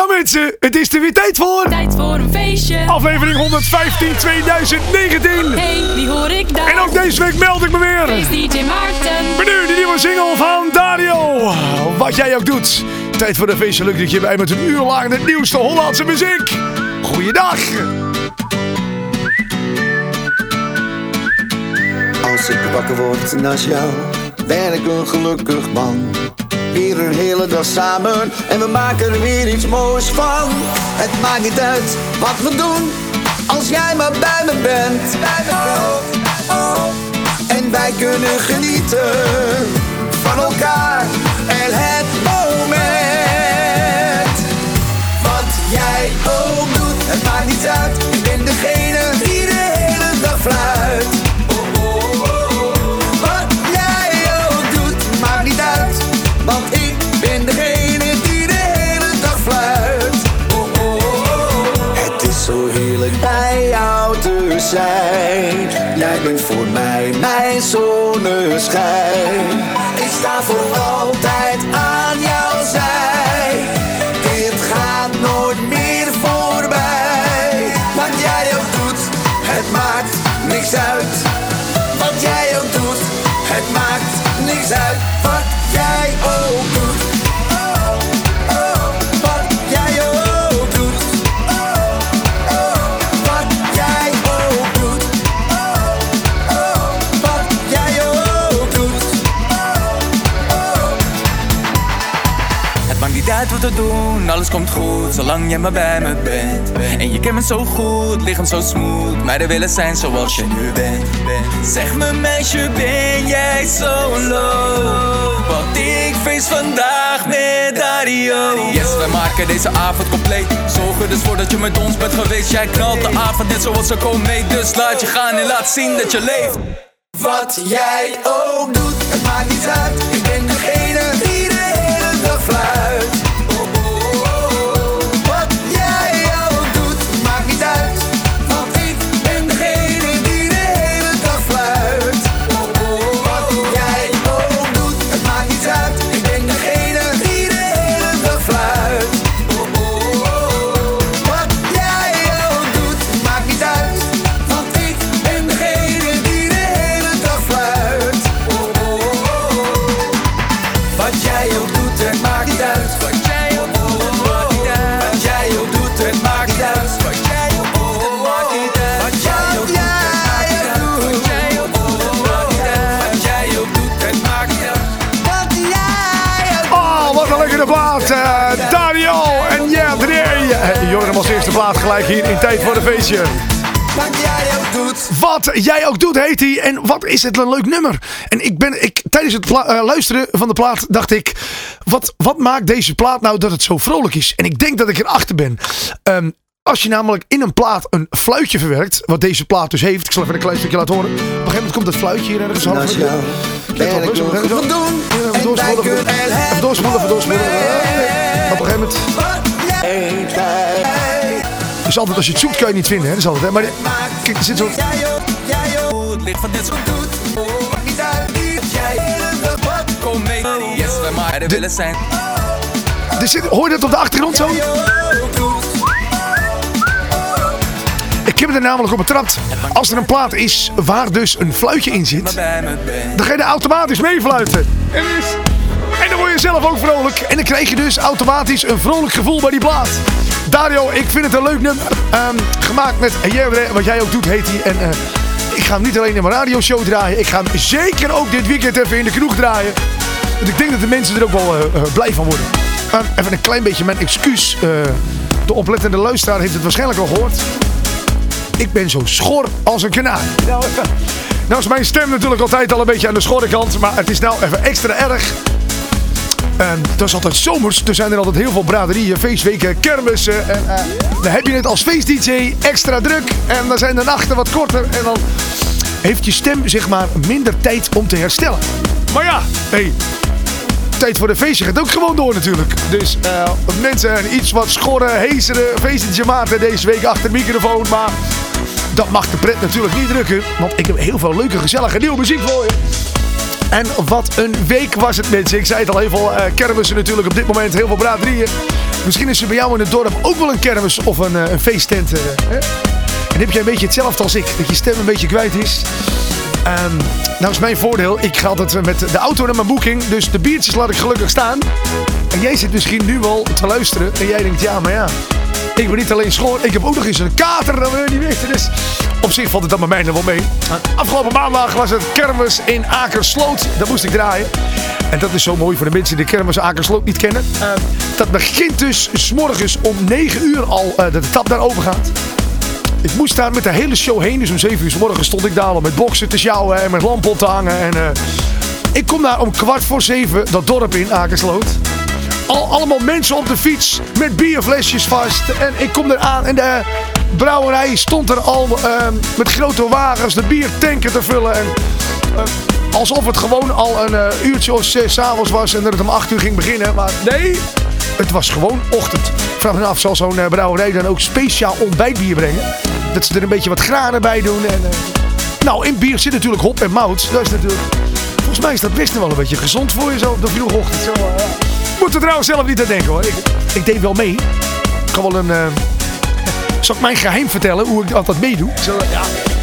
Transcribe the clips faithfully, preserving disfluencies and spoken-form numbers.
Ja mensen, het is er weer tijd voor. Tijd voor een feestje. Aflevering honderdvijftien twintig negentien. Hey, wie hoor ik daar? En ook deze week meld ik me weer. Feest D J Maarten. Maar nu de nieuwe single van Dario. Wat jij ook doet. Tijd voor de feestje. Leuk dat je bij met een uur lang de nieuwste Hollandse muziek. Goeiedag. Als ik wakker word naast jou, ben ik een gelukkig man. Weer een hele dag samen en we maken er weer iets moois van. Het maakt niet uit wat we doen, als jij maar bij me bent. En wij kunnen genieten van elkaar en het moment. Wat jij ook doet, het maakt niet uit. Ik ben degene die de hele dag fluit. Want ik ben degene die de hele dag fluit. Oh, oh, oh, oh. Het is zo heerlijk bij jou te zijn. Jij bent voor mij mijn zonneschijn. Ik sta voor altijd aan jouw zij. Dit gaat nooit meer voorbij. Wat jij ook doet, het maakt niks uit. Wat jij ook doet, het maakt niks uit. Wat jij ook doet, oh, oh, wat jij ook doet, oh, oh, wat jij ook doet, oh, oh, wat jij ook doet, oh, oh. Het maakt niet uit wat we doen, alles komt goed, zolang jij maar bij me bent. En je kent me zo goed, lichaam zo smooth, meiden willen zijn zoals je nu bent. Zeg me meisje, ben jij zo low? Want ik feest vandaag met Dario. Yes, wij maken deze avond compleet. Zorg er dus voor dat je met ons bent geweest. Jij knalt de avond net zoals ze komen mee. Dus laat je gaan en laat zien dat je leeft. Wat jij ook doet, het maakt niet uit. Ik ben degene die de hele dag fluit. Oh, oh, oh, oh. Wat jij ook doet, maakt niet uit. Want ik ben degene die de hele dag fluit. Oh, oh, oh. Wat jij ook doet, het maakt niet uit. Ik ben degene die de hele dag fluit. Oh, oh, oh, oh. Wat jij ook doet, maakt niet uit. Want ik ben degene die de hele dag fluit. Oh, oh, oh, oh. Wat jij ook doet, het maakt niet uit. Wat jij ook doet, het maakt niet uit. Wat jij ook doet, het maakt niet uit. Wat jij ook doet, het maakt niet uit. Wat jij ook doet, het maakt niet uit. Wat jij ook doet, het maakt niet uit. Oh, wat een lekkere plaat. Uh, Dario en ja, drie. Uh, je hoort hem als eerste plaat gelijk hier in Tijd voor de Feestje. Wat jij ook doet. Wat jij ook doet, heet hij. En wat is het een leuk nummer. En ik ben, ik, tijdens het pla- uh, luisteren van de plaat dacht ik... Wat, wat maakt deze plaat nou dat het zo vrolijk is? En ik denk dat ik erachter ben. Um, als je namelijk in een plaat een fluitje verwerkt... Wat deze plaat dus heeft. Ik zal even een klein stukje laten horen. Op een gegeven moment komt dat fluitje hier ergens half. Naast jou ben ik nog wat doen. Even doorspoelen, even doorspoelen, even doorspoelen. Op een gegeven moment... Dus altijd als je het zoekt kan je niet vinden, hè? Dat is altijd, hè? Maar kijk, er zit zo... Licht van dit zo goed. Kom mee. Yes, wij maken willen zijn. Er zit, hoor je dat op de achtergrond zo? Ik heb er namelijk op betrapt. Als er een plaat is waar dus een fluitje in zit, dan ga je er automatisch mee fluiten. En, dus, en dan word je zelf ook vrolijk. En dan krijg je dus automatisch een vrolijk gevoel bij die plaat. Dario, ik vind het een leuk nummer. Um, gemaakt met Jere, wat jij ook doet, heet hij. En uh, ik ga hem niet alleen in mijn radioshow draaien. Ik ga hem zeker ook dit weekend even in de kroeg draaien. Want ik denk dat de mensen er ook wel uh, uh, blij van worden. Um, even een klein beetje mijn excuus. Uh, de oplettende luisteraar heeft het waarschijnlijk al gehoord. Ik ben zo schor als een kanaar. Nou, uh, nou is mijn stem natuurlijk altijd al een beetje aan de schorre kant. Maar het is nou even extra erg. En dat is altijd zomers, er zijn er altijd heel veel braderieën, feestweken, kermissen. En uh, dan heb je het als feest-D J extra druk. En dan zijn de nachten wat korter. En dan heeft je stem zeg maar minder tijd om te herstellen. Maar ja, hey, tijd voor de feestje gaat ook gewoon door natuurlijk. Dus uh, mensen iets wat schorre, heesere feest-D J Maarten deze week achter de microfoon. Maar dat mag de pret natuurlijk niet drukken. Want ik heb heel veel leuke, gezellige nieuwe muziek voor je. En wat een week was het, mensen. Ik zei het al, heel veel uh, kermissen natuurlijk op dit moment. Heel veel braderieën. Misschien is er bij jou in het dorp ook wel een kermis of een, uh, een feesttent. Uh, hè? En heb jij een beetje hetzelfde als ik, dat je stem een beetje kwijt is. Um, nou is mijn voordeel, ik ga altijd met de auto naar mijn boeking, dus de biertjes laat ik gelukkig staan. En jij zit misschien nu wel te luisteren en jij denkt, ja maar ja, ik ben niet alleen schoon, ik heb ook nog eens een kater, dat wil je niet weten. Dus op zich valt het dan bij mij nog wel mee. Afgelopen maandag was het kermis in Akersloot, daar moest ik draaien. En dat is zo mooi voor de mensen die de kermis Akersloot niet kennen. Uh, dat begint dus 's morgens om negen uur al uh, dat de tap daar open gaat. Ik moest daar met de hele show heen. Dus om zeven uur 's morgens stond ik daar al met boksen te sjouwen en met lampen op te hangen. En, uh, ik kom daar om kwart voor zeven dat dorp in Akersloot. Al, allemaal mensen op de fiets met bierflesjes vast. En ik kom er aan en de brouwerij stond er al uh, met grote wagens de biertanken te vullen. En, uh, alsof het gewoon al een uh, uurtje of zes 's avonds was en dat het om acht uur ging beginnen. Maar nee, het was gewoon ochtend. Vraag me af, zal zo'n uh, brouwerij dan ook speciaal ontbijtbier brengen? Dat ze er een beetje wat granen bij doen. En, uh... Nou, in bier zit natuurlijk hop en mout. Dat is natuurlijk... Volgens mij is dat best nog wel een beetje gezond voor je zo op de vroege ochtend. Zo, uh... Moet er trouwens zelf niet aan denken hoor. Ik, ik deed wel mee. Ik kan wel een... Uh... Zal ik mijn geheim vertellen hoe ik altijd meedoe? Zo, ja.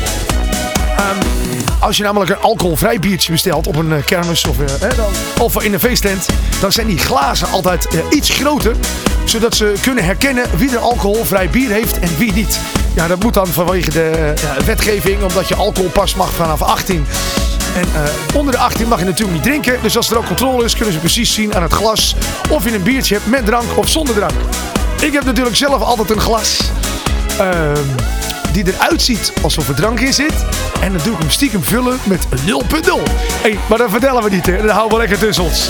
Um, als je namelijk een alcoholvrij biertje bestelt op een uh, kermis of, uh, hè, dan, of in een feesttent, dan zijn die glazen altijd uh, iets groter, zodat ze kunnen herkennen wie er alcoholvrij bier heeft en wie niet. Ja, dat moet dan vanwege de uh, wetgeving, omdat je alcohol pas mag vanaf achttien. En uh, onder de achttien mag je natuurlijk niet drinken. Dus als er ook controle is, kunnen ze precies zien aan het glas of je een biertje hebt met drank of zonder drank. Ik heb natuurlijk zelf altijd een glas uh, die eruit ziet alsof er drank in zit. En dan doe ik hem stiekem vullen met nul punt nul. Hey, maar dat vertellen we niet, hè. Dat houden we lekker tussen ons.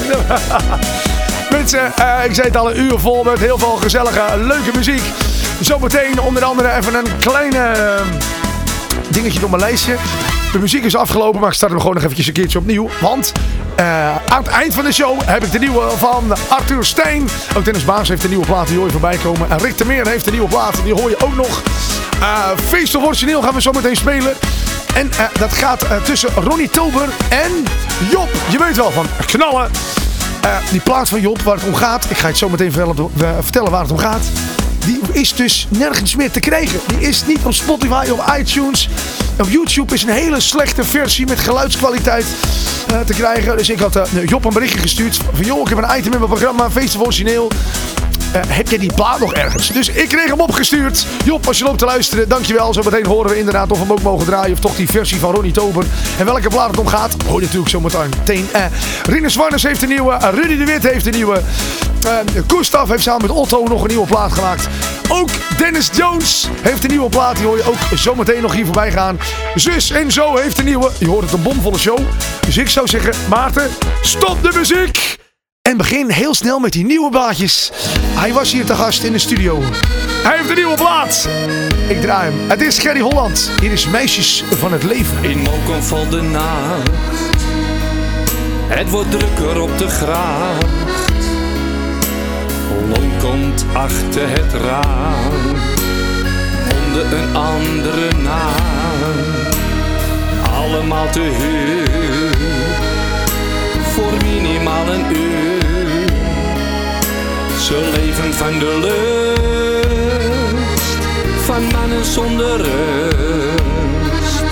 Mensen, uh, ik zei het al, een uur vol met heel veel gezellige, leuke muziek. Zometeen onder andere even een kleine uh, dingetje door mijn lijstje. De muziek is afgelopen, maar ik start hem gewoon nog eventjes een keertje opnieuw. Want uh, aan het eind van de show heb ik de nieuwe van Arthur Stijn. Ook Dennis Baas heeft de nieuwe plaat, die hoor je voorbij komen. En Rick de Meer heeft de nieuwe plaat, die hoor je ook nog. Uh, Feest of Origineel gaan we zo meteen spelen. En uh, dat gaat uh, tussen Ronnie Tober en Job. Je weet wel, van knallen. Uh, die plaat van Job, waar het om gaat. Ik ga het zo meteen vertellen waar het om gaat. Die is dus nergens meer te krijgen. Die is niet op Spotify, op iTunes. Op YouTube is een hele slechte versie met geluidskwaliteit uh, te krijgen. Dus ik had uh, Job een berichtje gestuurd. Van joh, ik heb een item in mijn programma. Feest of Origineel. Uh, heb jij die plaat nog ergens? Dus ik kreeg hem opgestuurd. Job, als je loopt te luisteren, dankjewel. Zo meteen horen we inderdaad of we hem ook mogen draaien. Of toch die versie van Ronnie Tober. En welke plaat het om gaat, hoor je natuurlijk zo meteen. Uh, Rinus Warnes heeft een nieuwe. Uh, Rudy de Wit heeft een nieuwe. Uh, Gustav heeft samen met Otto nog een nieuwe plaat gemaakt. Ook Dennis Jones heeft een nieuwe plaat. Die hoor je ook zo meteen nog hier voorbij gaan. Zus en Zo heeft een nieuwe. Je hoort het, een bomvolle show. Dus ik zou zeggen, Maarten, stop de muziek! En begin heel snel met die nieuwe blaadjes. Hij was hier te gast in de studio. Hij heeft een nieuwe plaat. Ik draai hem. Het is Gerry Holland. Hier is Meisjes van het Leven. In Mokum valt de nacht. Het wordt drukker op de gracht. Lon komt achter het raam. Onder een andere naam. Allemaal te huur. Voor minimaal een uur. Ze leven van de lust. Van mannen zonder rust.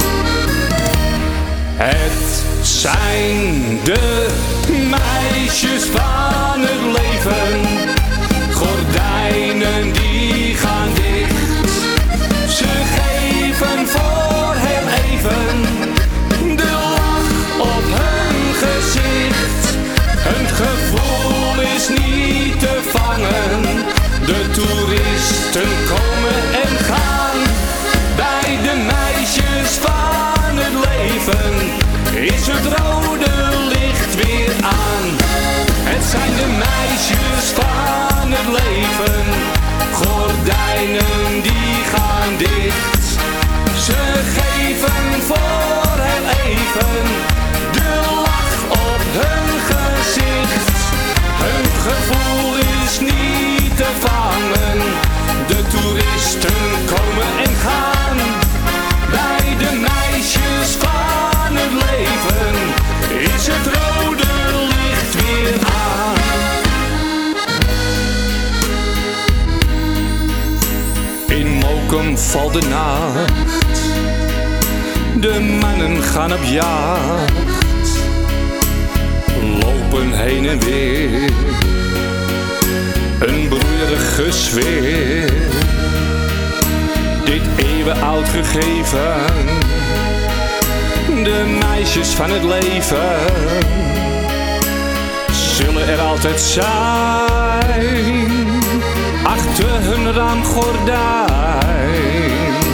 Het zijn de meisjes van het leven. Gordijnen die gaan dicht. Ze geven voor heel even de lach op hun gezicht. Hun gevoel is niet te vangen. De toeristen komen en gaan. Bij de meisjes van het leven is het rode licht weer aan. Het zijn de meisjes van het leven. Gordijnen die gaan dicht. Ze geven voor heel even de lach op hun gezicht. Hun gevoel is niet te vangen. De toeristen komen en gaan. Bij de meisjes van het leven is het rode licht weer aan. wolken valt de nacht. De mannen gaan op jacht, lopen heen en weer. Een broeierige sfeer, dit eeuwenoud gegeven. De meisjes van het leven zullen er altijd zijn, achter hun raamgordijn.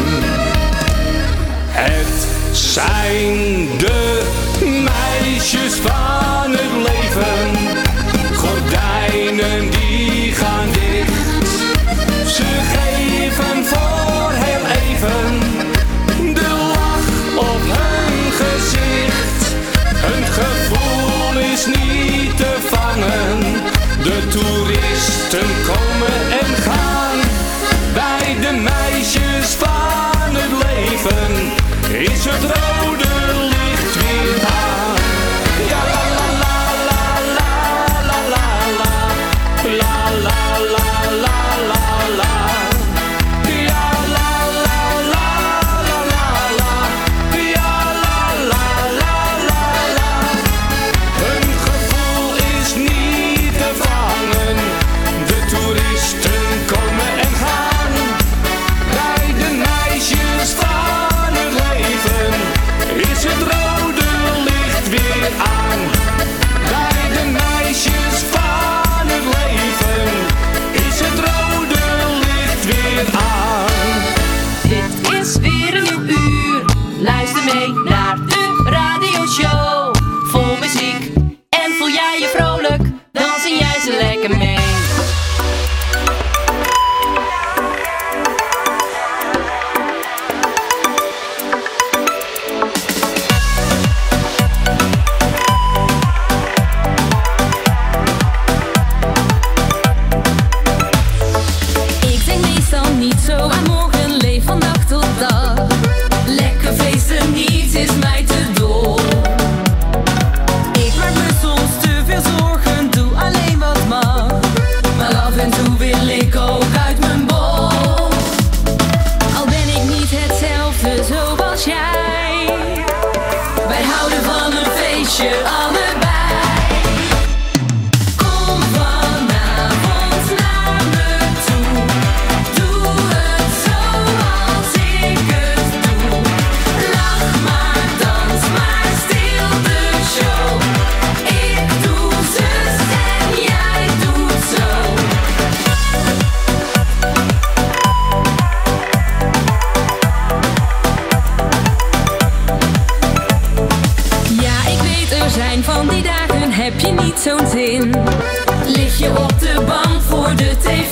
Het zijn de meisjes van het leven, gordijnen die gaan dicht. Ze geven voor heel even de lach op hun gezicht. Hun gevoel is niet te vangen, de toeristen komen en gaan. Bij de meisjes van het leven is het rode licht weer aan. Ja, la la la la la la la la la la la la la la. Ja, la la la la la la. Ja, la la la la la. Hun gevoel is niet te vangen, de toeristen komen en gaan. Bij de meisjes van het leven is het rode licht weer aan. Bij de meisjes van het leven is het rode licht weer aan. Dit is weer een nieuw uur. Luister mee naar de radioshow. Vol muziek en voel jij je vrolijk, dan zing jij ze lekker mee. Ik denk meestal niet zo aan morgen, leef van dag tot dag. Lekker feesten, niets is mij te dol. Ik maak me soms te veel zorgen, doe alleen wat mag. Maar af en toe wil ik ook uit mijn bol. Al ben ik niet hetzelfde zoals jij. Wij houden van een feestje, allebei. Kom vanavond naar me toe. Doe het zoals ik het doe. Lach maar, dans maar, stil de show. Ik doe zus en jij doet zo. Ja, ik weet er zijn van die dagen, heb je niet zo'n zin. Lig je op de bank voor de tv.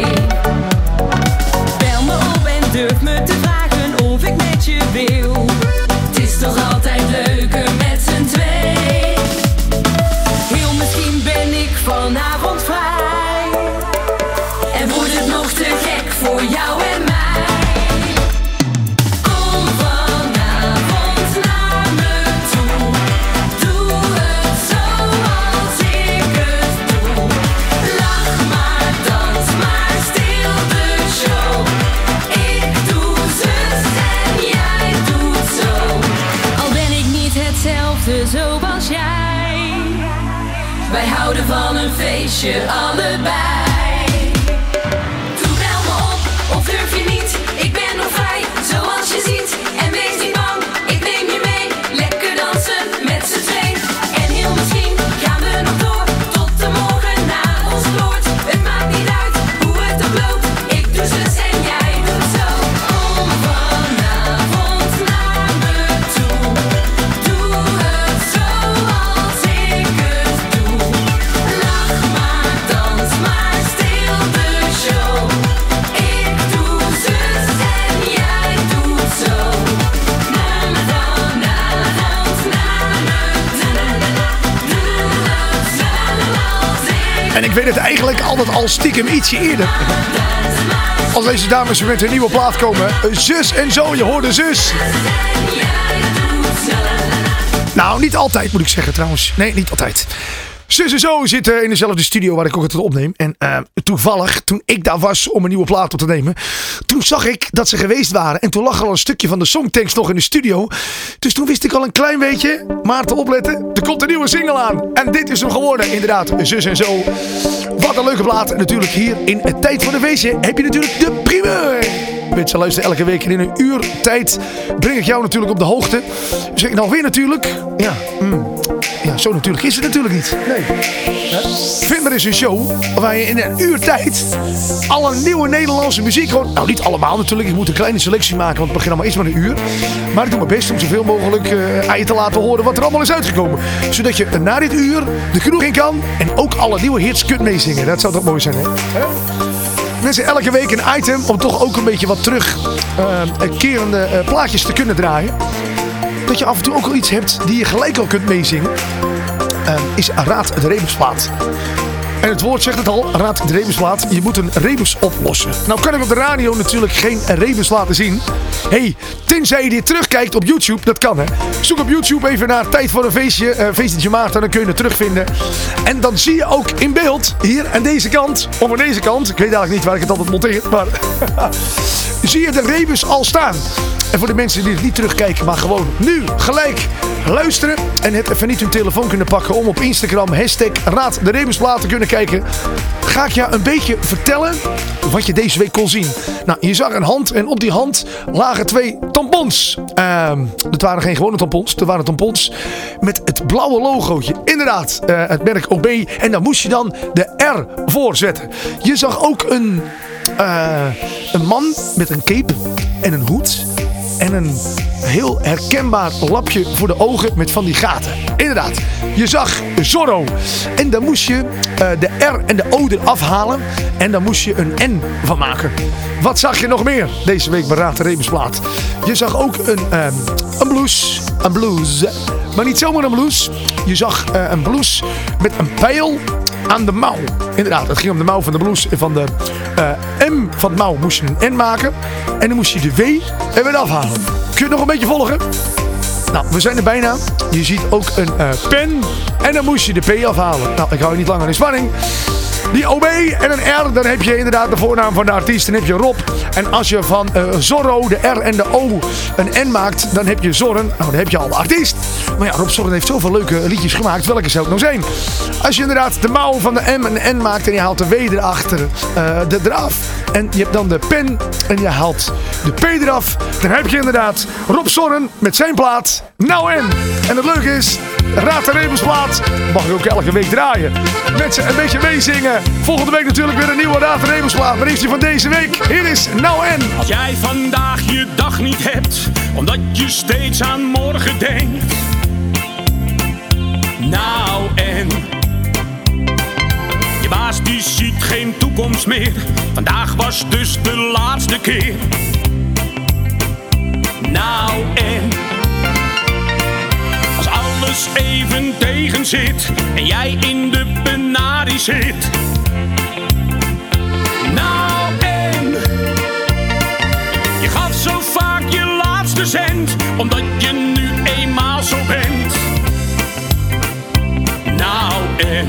Bel me op en durf me te vragen of ik met je wil. Het is toch altijd leuker met z'n twee. Heel misschien ben ik vanavond vrij. En wordt het nog te gek voor jou en mij. Kom vanavond naar me toe. Doe het zoals ik het doe. Lach maar, dans maar, stil de show. Ik doe zus en jij doet zo. Al ben ik niet hetzelfde zoals jij. Wij houden van een feestje, allebei. Doe bel me op, of durf je niet. Ik ben nog vrij, zoals je ziet. En wees niet bang, ik neem je mee. Lekker dansen, met z'n tweeën. En heel misschien gaan we nog door tot de morgen na ons gloort. Het maakt niet uit hoe het ook loopt. Ik doe zus en jij doet zo. Kom vanavond naar me toe. Doe het zoals ik het doe. Lach maar, dans maar, stil de show. Ik doe zus en jij doet zo. Na na na na dans na na na na na. Doe het zoals ik. En ik weet het eigenlijk altijd al stiekem ietsje eerder. Als deze dames weer met een nieuwe plaat komen. Zus en zo, je hoorde zus. Nou, niet altijd moet ik zeggen trouwens. Nee, niet altijd. Zus en Zo zitten in dezelfde studio waar ik ook het opneem. En uh, toevallig, toen ik daar was om een nieuwe plaat op te nemen, toen zag ik dat ze geweest waren. En toen lag er al een stukje van de songtekst nog in de studio. Dus toen wist ik al een klein beetje, Maarten opletten, er komt een nieuwe single aan. En dit is hem geworden, inderdaad, Zus en Zo. Wat een leuke plaat. En natuurlijk hier in het Tijd voor de Feestje heb je natuurlijk de primeur. Mensen, luister elke week en in een uur tijd breng ik jou natuurlijk op de hoogte. Zeg ik nou weer natuurlijk? Ja, mm, ja, zo natuurlijk is het natuurlijk niet. Nee. Vind maar eens een show waar je in een uur tijd alle nieuwe Nederlandse muziek hoort. Nou, niet allemaal natuurlijk. Ik moet een kleine selectie maken, want het begint allemaal eens maar een uur. Maar ik doe mijn best om zoveel mogelijk uh, aan je te laten horen wat er allemaal is uitgekomen. Zodat je na dit uur de kroeg in kan en ook alle nieuwe hits kunt meezingen. Dat zou toch mooi zijn, hè? He? Mensen, elke week een item om toch ook een beetje wat terugkerende uh, uh, plaatjes te kunnen draaien. Dat je af en toe ook al iets hebt die je gelijk al kunt meezingen. Uh, is Raad de Rebusplaat. En het woord zegt het al, Raad de Rebusplaat. Je moet een rebus oplossen. Nou kan ik op de radio natuurlijk geen rebus laten zien. Hé, hey, tenzij je dit terugkijkt op YouTube, dat kan hè. Zoek op YouTube even naar Tijd voor een Feestje, uh, Feestje Maarten, dan kun je het terugvinden. En dan zie je ook in beeld, hier aan deze kant, of aan deze kant, ik weet eigenlijk niet waar ik het altijd monteer, maar zie je de rebus al staan. En voor de mensen die het niet terugkijken, maar gewoon nu gelijk luisteren en het even niet hun telefoon kunnen pakken om op Instagram hashtag Raad de Rebusplaat te kunnen kijken, ga ik je een beetje vertellen wat je deze week kon zien. Nou, je zag een hand en op die hand lagen twee tampons. Uh, dat waren geen gewone tampons, dat waren tampons met het blauwe logootje. Inderdaad, uh, het merk O B. En daar moest je dan de R voor zetten. Je zag ook een, uh, een man met een cape en een hoed. En een heel herkenbaar lapje voor de ogen met van die gaten. Inderdaad, je zag Zorro. En dan moest je uh, de R en de O eraf halen. En dan moest je een N van maken. Wat zag je nog meer deze week bij Raad de Rebusplaat? Je zag ook een, um, een blouse. Een blouse. Maar niet zomaar een blouse. Je zag uh, een blouse met een pijl aan de mouw. Inderdaad, het ging om de mouw van de blouse. En van de uh, M van de mouw moest je een N maken. En dan moest je de W er weer afhalen. Kun je het nog een beetje volgen? Nou, we zijn er bijna. Je ziet ook een uh, pen. En dan moest je de P afhalen. Nou, ik hou je niet langer in spanning. Die O B en een R, dan heb je inderdaad de voornaam van de artiest. Dan heb je Rob. En als je van uh, Zorro, de R en de O een N maakt, dan heb je Zorren. Nou, dan heb je al de artiest. Maar ja, Rob Zorren heeft zoveel leuke liedjes gemaakt. Welke zou het nou zijn? Als je inderdaad de mouw van de M en de N maakt en je haalt de W erachter uh, de, eraf. En je hebt dan de pen en je haalt de P eraf. Dan heb je inderdaad Rob Zorren met zijn plaat Nou En. En het leuke is, Raad de Rebusplaat mag ik ook elke week draaien. Mensen een beetje meezingen. Volgende week natuurlijk weer een nieuwe Raad de Rebusplaat. Maar is die van deze week? Hier is Nou En. Als jij vandaag je dag niet hebt, omdat je steeds aan morgen denkt. Nou en je baas die ziet geen toekomst meer. Vandaag was dus de laatste keer. Nou en als alles even tegen zit en jij in de penarie zit. Nou en je gaf zo vaak je laatste cent, omdat je nu eenmaal zo bent. Nou en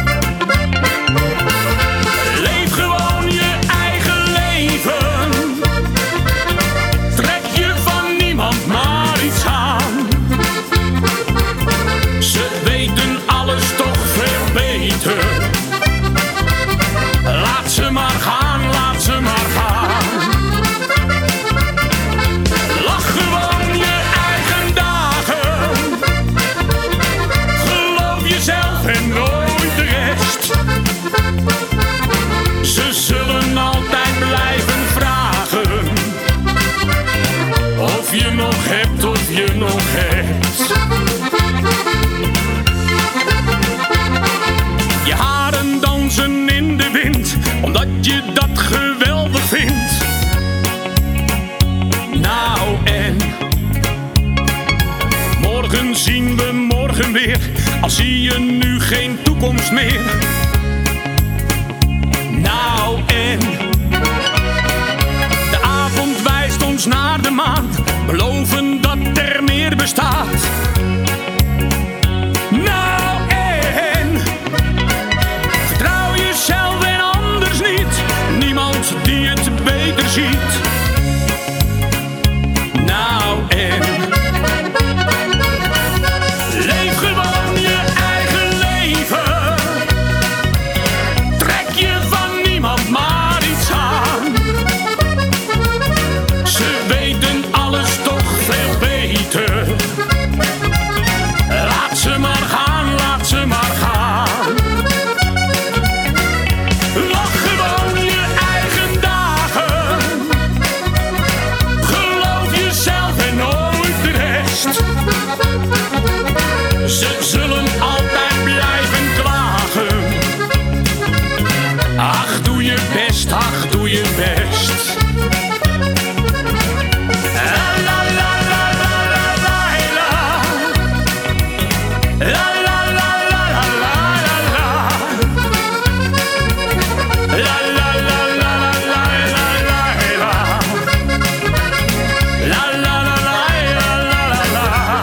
leef gewoon je eigen leven. Trek je van niemand maar iets aan. Ze weten alles toch veel beter. Laat ze maar gaan, laat ze maar gaan. Lach gewoon je eigen dagen. Geloof jezelf en nooit de rest. Ze zullen altijd blijven vragen of je nog hebt, of je nog hebt. Je haren dansen in de wind, omdat je dat geweldig vindt. Nou en morgen zien we morgen weer, al zie je nu geen toekomst meer. Nou en de avond wijst ons naar de maan, beloven dat er meer bestaat. Nou en ziet. Nou en leef gewoon je eigen leven. Trek je van niemand maar iets aan. Ze weten alles toch veel beter. Laat ze maar gaan, laat ze maar gaan. Lach gewoon je eigen dagen. Geloof jezelf en nooit de rest. Ze zullen altijd blijven klagen. Ach, doe je best, ach, doe je best. La la la la la la la. La la la la la la la. La la la la la la la la. La la la la la la la.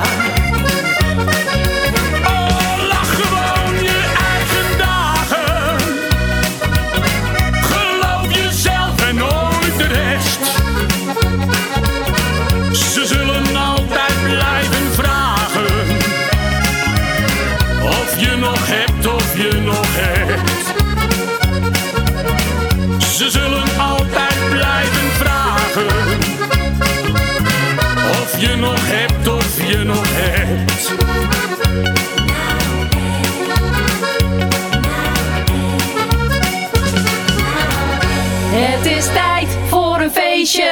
Oh, lach gewoon je eigen dagen. Geloof jezelf en nooit de rest. Ze zullen altijd blijven vragen. Of je nog hebt, of je nog hebt. Ze zullen altijd blijven vragen. Of je nog hebt, of je nog hebt. Het is tijd voor een feestje.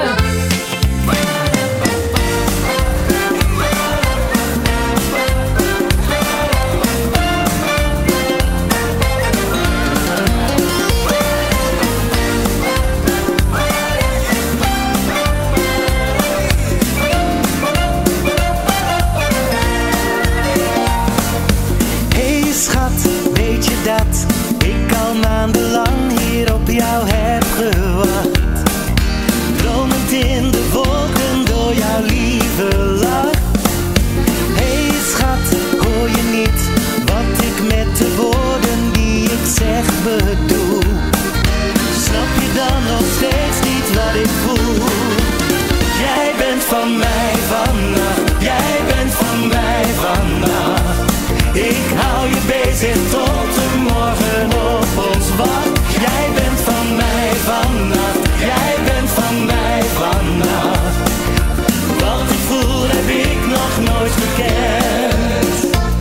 Hey schat, weet je dat ik al maandenlang hier op jou heb gewacht? Dromend in de wolken door jouw lieve lach. Hey schat, hoor je niet wat ik met de woorden die ik zeg bedoel? Snap je dan nog steeds niet wat ik voel? Jij bent van mij vannacht, jij bent van mij vannacht. Ik hou je bezig tot de morgen op ons wacht. Jij bent van mij vannacht, jij bent van mij vannacht. Wat ik voel heb ik nog nooit gekend.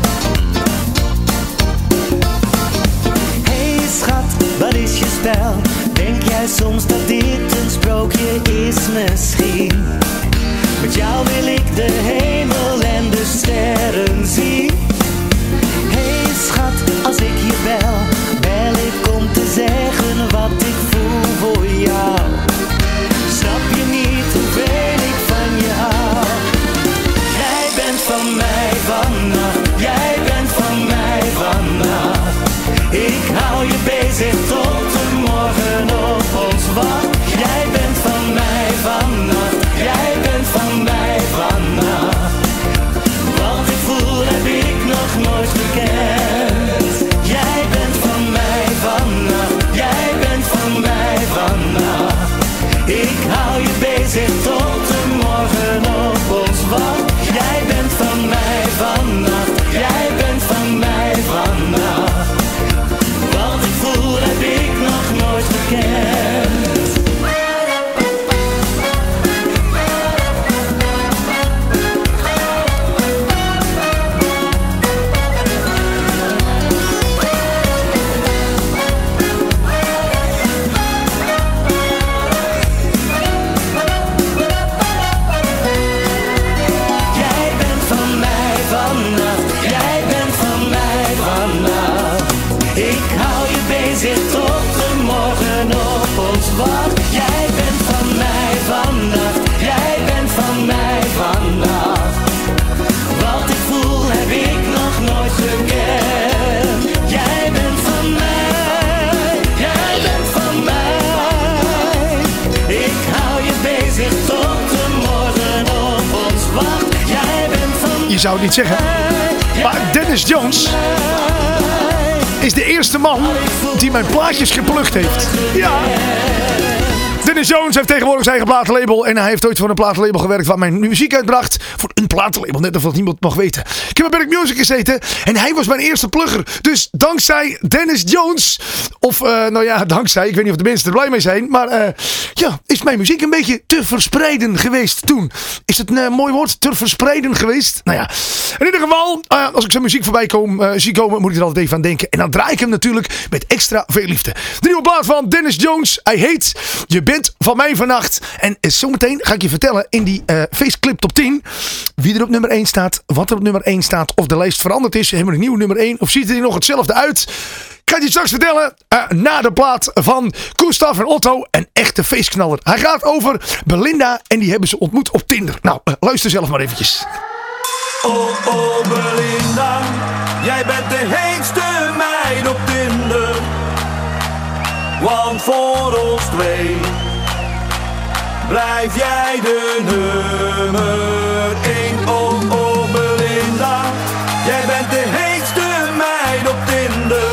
Hey schat, wat is je spel? Denk jij soms dat dit een sprookje is misschien? Met jou wil ik de hemel en de sterren zien. Hey schat, als ik je bel, bel ik om te zeggen wat ik voel voor jou. Snap je niet hoeveel ik van je hou? Jij bent van mij vannacht, jij bent van mij vannacht. Ik hou je bezig tot de morgen op ons wacht. Jij bent van mij vannacht, jij bent van mij vannacht. Wat ik voel heb ik nog nooit gekend. Jij bent van mij vannacht, jij bent van mij vannacht. Ik hou je bezig tot de morgen op ons wacht. Jij bent van mij vannacht, jij bent van mij vannacht. Wat ik voel heb ik nog nooit gekend. Jij bent van mij vannacht, jij bent van mij vannacht. Ik hou je bezig tot de morgen op ons wacht. Jij bent van mij vannacht, jij bent van mij vannacht. Wat ik voel heb ik nog nooit gekend. Jij bent van mij, jij bent van mij. Ik hou je bezig tot de morgen op ons wacht. Jij bent van Je zou het niet zeggen, maar Dennis Jones is de eerste man die mijn plaatjes geplukt heeft. Ja, Dennis Jones heeft tegenwoordig zijn eigen platenlabel. En hij heeft ooit voor een platenlabel gewerkt waar mijn muziek uitbracht. Voor een platenlabel, net of dat niemand mag weten. Ik heb bij Berk Music gezeten en hij was mijn eerste plugger. Dus dankzij Dennis Jones, of uh, nou ja, dankzij, ik weet niet of de mensen er blij mee zijn. Maar uh, ja, is mijn muziek een beetje te verspreiden geweest toen. Is het een uh, mooi woord? Te verspreiden geweest? Nou ja, in ieder geval, uh, als ik zijn muziek voorbij kom, uh, zie komen, moet ik er altijd even aan denken. En dan draai ik hem natuurlijk met extra veel liefde. De nieuwe plaat van Dennis Jones. Hij heet Je bent van mij vannacht. En zometeen ga ik je vertellen in die uh, Faceclip top tien wie er op nummer één staat, wat er op nummer één staat, of de lijst veranderd is. Hebben we een nieuwe nummer één of ziet er nog hetzelfde uit? Ik ga het je straks vertellen uh, na de plaat van Gustav en Otto. Een echte feestknaller. Hij gaat over Belinda en die hebben ze ontmoet op Tinder. Nou, uh, luister zelf maar eventjes. Oh, oh, Belinda, jij bent de heetste meid op Tinder. Want voor ons twee blijf jij de nummer één. Oh, oh, Belinda, jij bent de heetste meid op Tinder.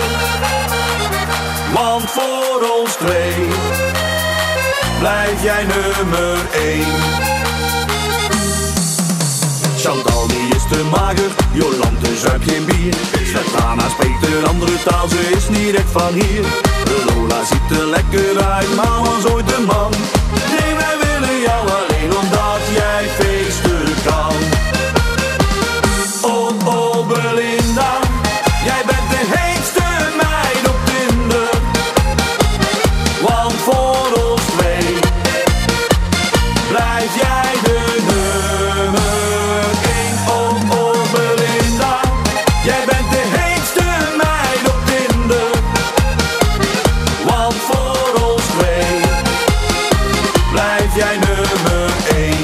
Want voor ons twee blijf jij nummer één. Chantal die is te mager, Jolante zuipt geen bier. Svetlana spreekt een andere taal, ze is niet echt van hier. Lola ziet er lekker uit, maar was ooit een man. Nee, wij willen jou alleen omdat jij feesten kan. Oh, oh, Belinda, jij bent de heetste meid op Tinder. Want voor ons twee blijf jij de nummer één. Oh, oh, Belinda, jij bent de heetste meid op Tinder. Want voor ons twee blijf jij nummer één.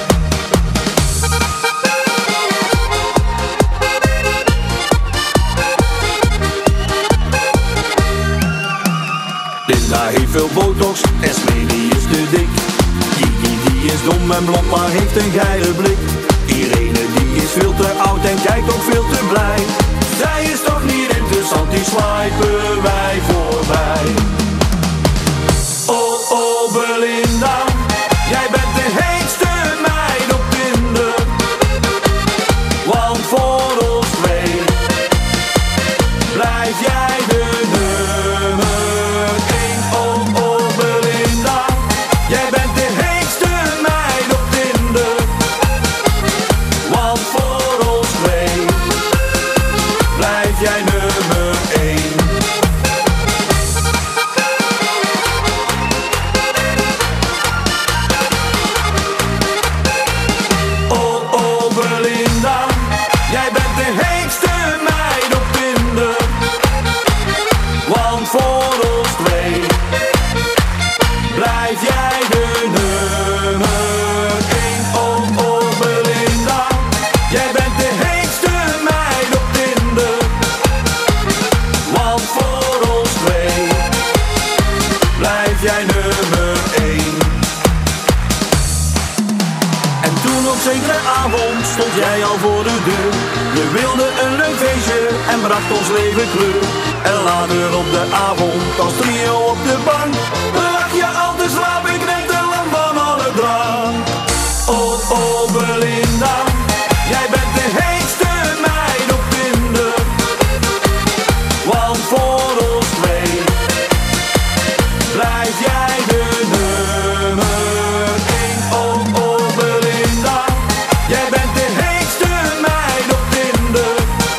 Linda heeft veel botox en Smedie is te dik. Kiki die is dom en blond maar heeft een geile blik. Irene die is veel te oud en kijkt ook veel te blij. Zij is toch niet interessant, die swipen wij voorbij. Oh, oh, Belinda, jij bent de heetste meid op Tinder. Want voor ons twee blijf jij de nummer één. Oh, oh, Belinda, jij bent de heetste meid op Tinder. Want voor ons twee blijf jij nummer één. Oh, oh, Belinda, jij bent de heetste meid op Tinder. Want voor ons twee blijf jij de nummer één. Oh, oh, Belinda, jij bent de heetste meid op Tinder. Want voor ons twee blijf jij nummer één. En toen op zekere avond stond jij al voor de deur. Je wilde een leuk feestje en bracht ons leven kleur. En later op de avond als trio op de bank lag je al te slapen, ik denk de lamp van alle drank. Oh, oh, Belinda, jij bent de heetste meid op Tinder. Want voor ons twee blijf jij de nummer één. Oh, oh, Belinda, jij bent de heetste meid op Tinder.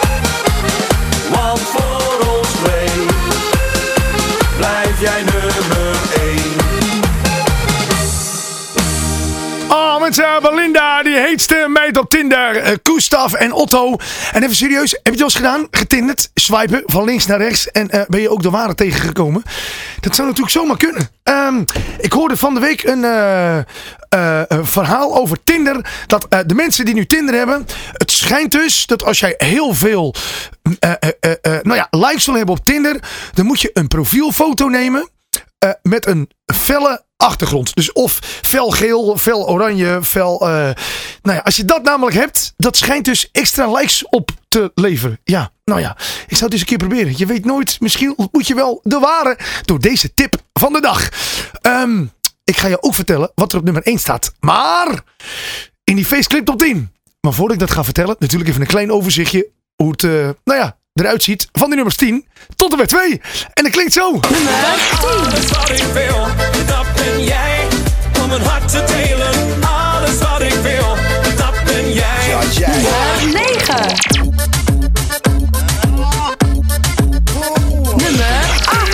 Want voor ons twee blijf jij nummer één. Oh mensen, Belinda, die heetste meid op Tinder. Uh, Gustav en Otto. En even serieus, heb je het wel eens gedaan? Getinderd, swipen van links naar rechts. En uh, ben je ook de ware tegengekomen? Dat zou natuurlijk zomaar kunnen. Um, ik hoorde van de week een, uh, uh, een verhaal over Tinder. Dat uh, de mensen die nu Tinder hebben. Het schijnt dus dat als jij heel veel uh, uh, uh, uh, nou ja, likes wil hebben op Tinder. Dan moet je een profielfoto nemen. Uh, met een felle achtergrond. Dus of fel geel, fel oranje, fel... Uh, nou ja, als je dat namelijk hebt, dat schijnt dus extra likes op te leveren. Ja, nou ja, ik zou het eens een keer proberen. Je weet nooit, misschien ontmoet je wel de ware door deze tip van de dag. Um, ik ga je ook vertellen wat er op nummer één staat. Maar in die Faceclip top tien. Maar voordat ik dat ga vertellen, natuurlijk even een klein overzichtje hoe het, uh, nou ja, eruit ziet van die nummers tien tot en met twee. En dat klinkt zo. Nummer tien. Alles wat ik wil, dat ben jij. Om mijn hart te delen. Alles wat ik wil, dat ben jij. Nummer negen. Nummer acht.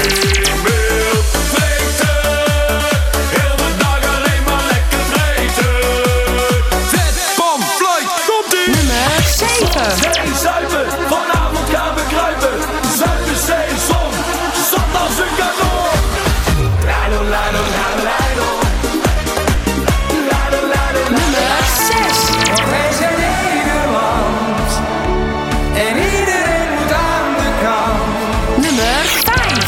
Heel de dag alleen maar lekker vreten. Zet, bom, fluit, komt-ie. Nummer zeven. Zee, zuipen, vanavond gaan we kruipen. Zuipen, zee, zon, zand als een kanon. Lado, lado, lado, lado. Lado, lado, Nummer zes. want wij zijn Nederland. En iedereen moet aan de kant. Nummer vijf.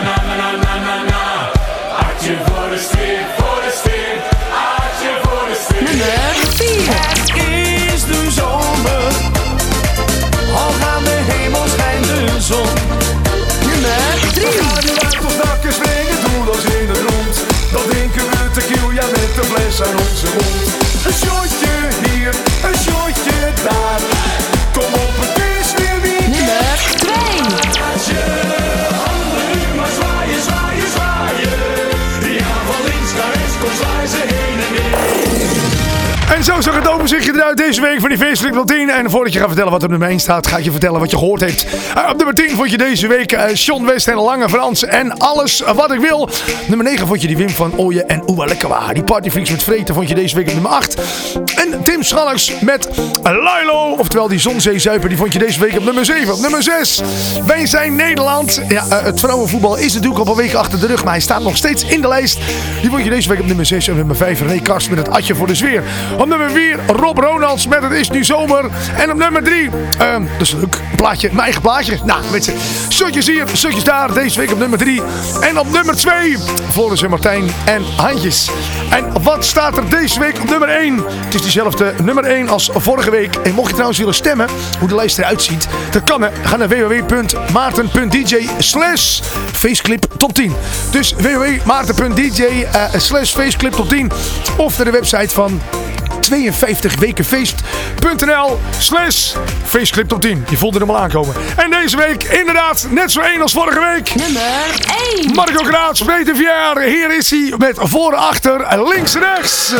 Hartje voor de sfeer, voor de sfeer. Hartje voor de sfeer. Nummer vier. Het is de zomer. Al gaan de hemel schijnt de zon. Nummer drie. Uit ons dakken springen, doelloos in het rond. Dan drinken we tequila met een fles aan onze mond. Een shotje hier, een shotje daar. Kom op, het is weer wie. Nummer twee. Laat je handen nu maar zwaaien, zwaaien, zwaaien. Ja, van links naar rechts, kom zwaai ze heen en weer. En zo zag het overzichtje eruit deze week van die Faceclip top tien. En voordat je gaat vertellen wat er op nummer één staat, ga ik je vertellen wat je gehoord hebt. Uh, op nummer tien vond je deze week uh, Sean West en Lange Frans en Alles Wat Ik Wil. Nummer negen vond je die Wim van Ooyen en Oewa Lekkerwa. Die Partyfreaks met Vreten vond je deze week op nummer acht. En Tim Schalks met Lilo, oftewel die Zonzeezuiper, die vond je deze week op nummer zeven. Op nummer zes, Wij Zijn Nederland. Ja, uh, het vrouwenvoetbal is natuurlijk al een week achter de rug, maar hij staat nog steeds in de lijst. Die vond je deze week op nummer zes. En op nummer vijf, Ray Kast met het Atje voor de Sfeer. Op nummer vier, Rob Ronalds met Het Is Nu Zomer. En op nummer drie, uh, dat is leuk, een plaatje, mijn eigen plaatje. Nou, mensen, shotjes hier, shotjes daar. Deze week op nummer drie. En op nummer twee, Floris en Martijn en Handjes. En wat staat er deze week op nummer één? Het is diezelfde nummer één als vorige week. En mocht je trouwens willen stemmen, hoe de lijst eruit ziet, dat kan. Hè. Ga naar w w w punt maarten punt d j slash faceclip top tien. Dus w w w punt maarten punt d j uh, slash faceclip top tien. Of naar de website van tweeënvijftig weken feest punt n l slash faceclip top tien. Je voelt er helemaal aankomen. En deze week inderdaad net zo één als vorige week. Nummer één. Marco Kraats, Peter Vier. Hier is hij met voor, achter, links, rechts.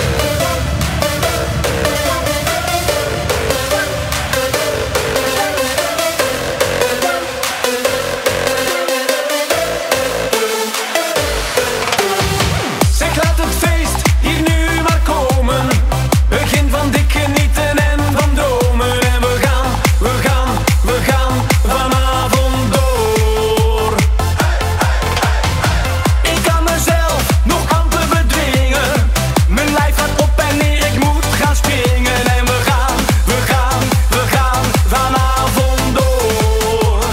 Zeg, laat het feest hier nu maar komen. Begin van dik genieten en van dromen. En we gaan, we gaan, we gaan vanavond door. Ik kan mezelf nog amper bedwingen. Mijn lijf gaat op en neer, ik moet gaan springen. En we gaan, we gaan, we gaan vanavond door.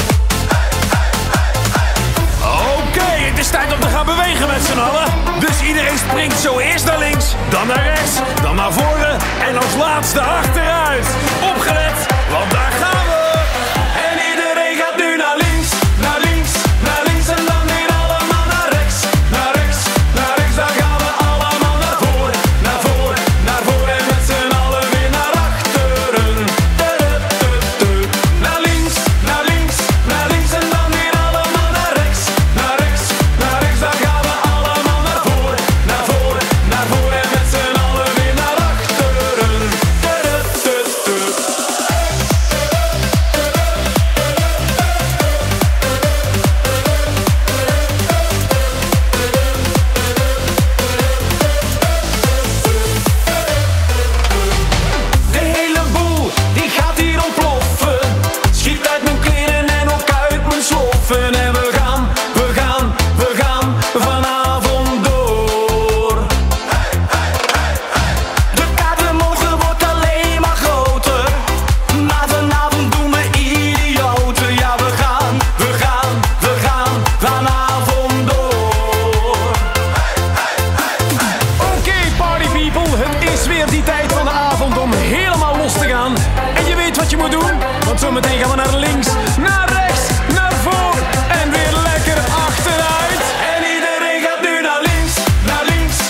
Oké, het is tijd om te gaan bewegen met z'n allen. Dus iedereen springt zo eerst naar links, dan naar rechts, dan naar voren en als laatste achteruit. Opgelet, want daar gaan we. En iedereen gaat nu naar links, naar links, naar links en dan weer allemaal naar rechts, naar rechts, naar rechts. Dan gaan we allemaal naar voren, naar voren, naar voren en met z'n allen weer naar achteren. Tudutudu. Naar links, naar links, naar links en dan weer allemaal naar rechts, naar rechts, naar rechts. Dan gaan we allemaal naar voren, naar voren, naar voren en met z'n allen weer naar achteren. Tudutudu. De hele boel, die gaat hier ontploffen. Schiet uit mijn kleren en ook uit mijn sloffen. En we gaan, we gaan, we gaan vanavond door. De kaartenmogen wordt alleen maar groter. Maar vanavond doen we idioten. Ja, we gaan, we gaan, we gaan vanavond door. Oké, party people, het is weer die tijd van de avond om helemaal los te gaan. En je weet wat je moet doen, want zometeen gaan we naar links, naar rechts, naar voren en weer lekker achteruit. En iedereen gaat nu naar links, naar links,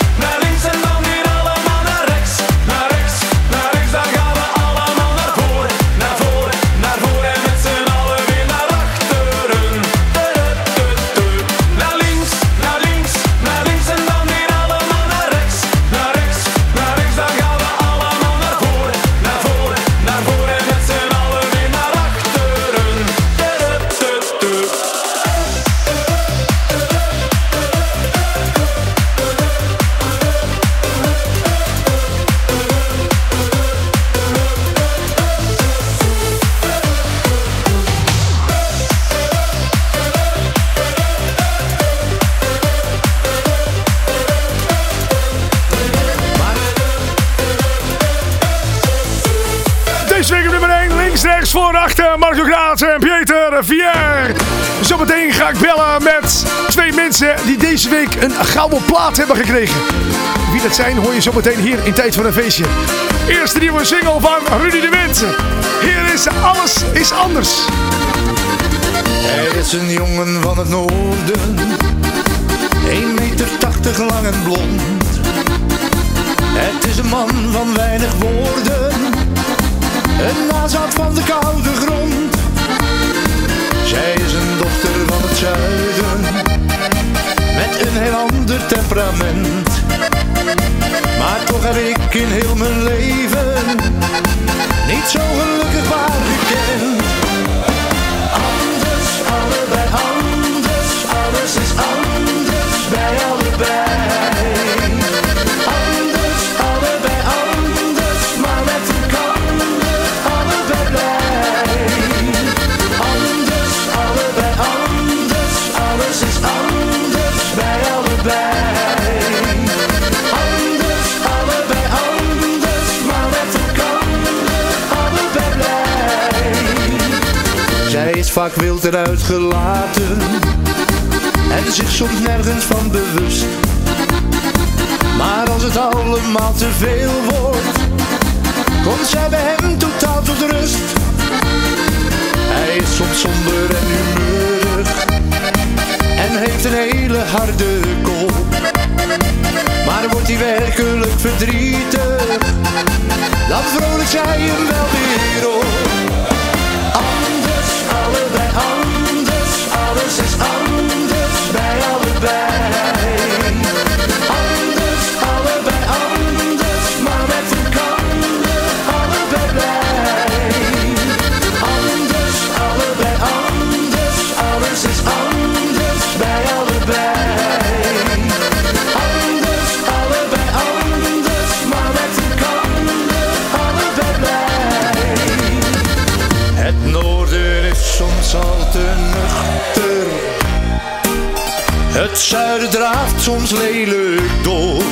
geachte Marco Graat en Pieter Vier. Zometeen ga ik bellen met twee mensen die deze week een gouden plaat hebben gekregen. Wie dat zijn hoor je zometeen hier in Tijd voor een Feestje. Eerste nieuwe single van Rudy de Wind. Hier is Alles is Anders. Er is een jongen van het noorden, één meter tachtig lang en blond. Het is een man van weinig woorden, een nazaat van de koude grond. Zij is een dochter van het zuiden, met een heel ander temperament. Maar toch heb ik in heel mijn leven niet zo gelukkig waar gekend. Anders, allebei anders, alles is anders bij allebei. Anders, allebei anders, maar met elkaar allebei blij. Anders, allebei anders, alles is anders bij allebei. Anders, allebei anders, maar met elkaar allebei blij. Zij is vaak wild en uitgelaten en zich soms nergens van bewust. Maar als het allemaal te veel wordt, komt zij bij hem totaal tot rust. Hij is soms somber en humeurig en heeft een hele harde kop. Maar wordt hij werkelijk verdrietig, dan vrolijk zij hem wel weer op. Anders, allebei anders, alles is anders bij allebei. Anders, allebei anders, maar met elkaar allebei blij. Anders, allebei anders, alles is anders bij allebei. Anders, allebei anders, maar met elkaar allebei blij. Het noorden is soms al te nuchter, het zuiden draaft soms lelijk door.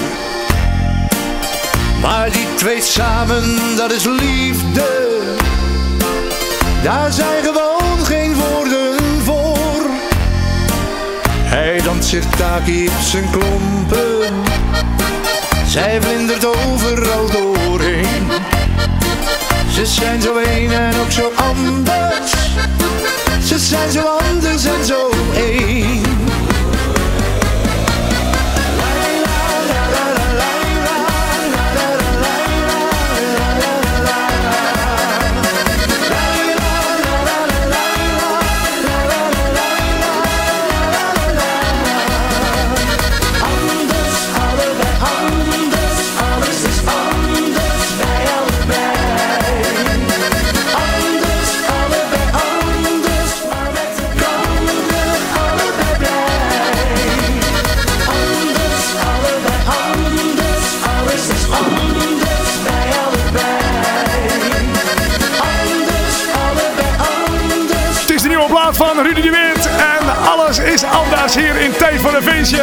Maar die twee samen, dat is liefde, daar zijn gewoon geen woorden voor. Hij danst zich taki op zijn klompen, zij vlindert overal doorheen. Ze zijn zo een en ook zo anders, ze zijn zo anders en zo één. Van Rudy de Wind en alles is anders hier in Tijd voor een Feestje.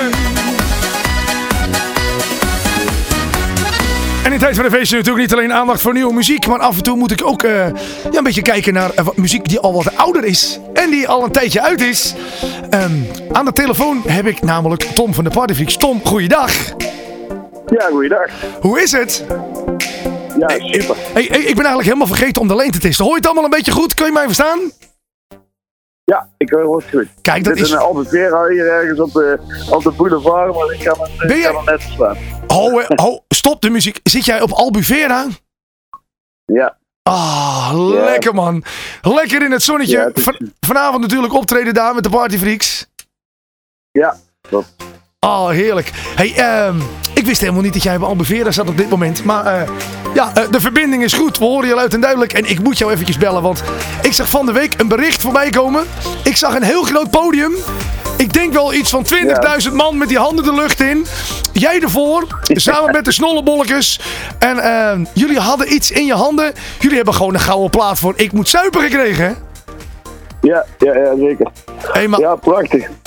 En in Tijd voor een Feestje natuurlijk niet alleen aandacht voor nieuwe muziek, maar af en toe moet ik ook uh, ja, een beetje kijken naar uh, wat muziek die al wat ouder is en die al een tijdje uit is. Um, aan de telefoon heb ik namelijk Tom van de Partyfreaks. Tom, goeiedag. Ja, goeiedag. Hoe is het? Ja, super. Hey, hey, ik ben eigenlijk helemaal vergeten om de lijn te testen. Hoor je het allemaal een beetje goed? Kun je mij verstaan? Ja, ik hoor het goed. Kijk, dat ik zit is... in Albufeira hier ergens op de, op de boulevard, maar ik kan het, Ben ik jij... kan het net verstaan. Oh, oh, stop de muziek. Zit jij op Albufeira? Ja. Ah, Ja. lekker man. Lekker in het zonnetje. Ja, het is- Van, vanavond natuurlijk optreden daar met de Partyfreaks. Ja, klopt. Oh, heerlijk. Hey, ehm, ik wist helemaal niet dat jij bij Albufeira zat op dit moment. Maar eh, ja, eh, de verbinding is goed. We horen je luid en duidelijk. En ik moet jou eventjes bellen, want ik zag van de week een bericht voorbij komen. Ik zag een heel groot podium. Ik denk wel iets van twintigduizend man met die handen de lucht in. Jij ervoor, samen met de snollebolletjes. En eh, jullie hadden iets in je handen. Jullie hebben gewoon een gouden plaat voor Ik Moet Zuipen gekregen, hè? Ja, ja, ja, zeker. Hey, maar, Ja, prachtig.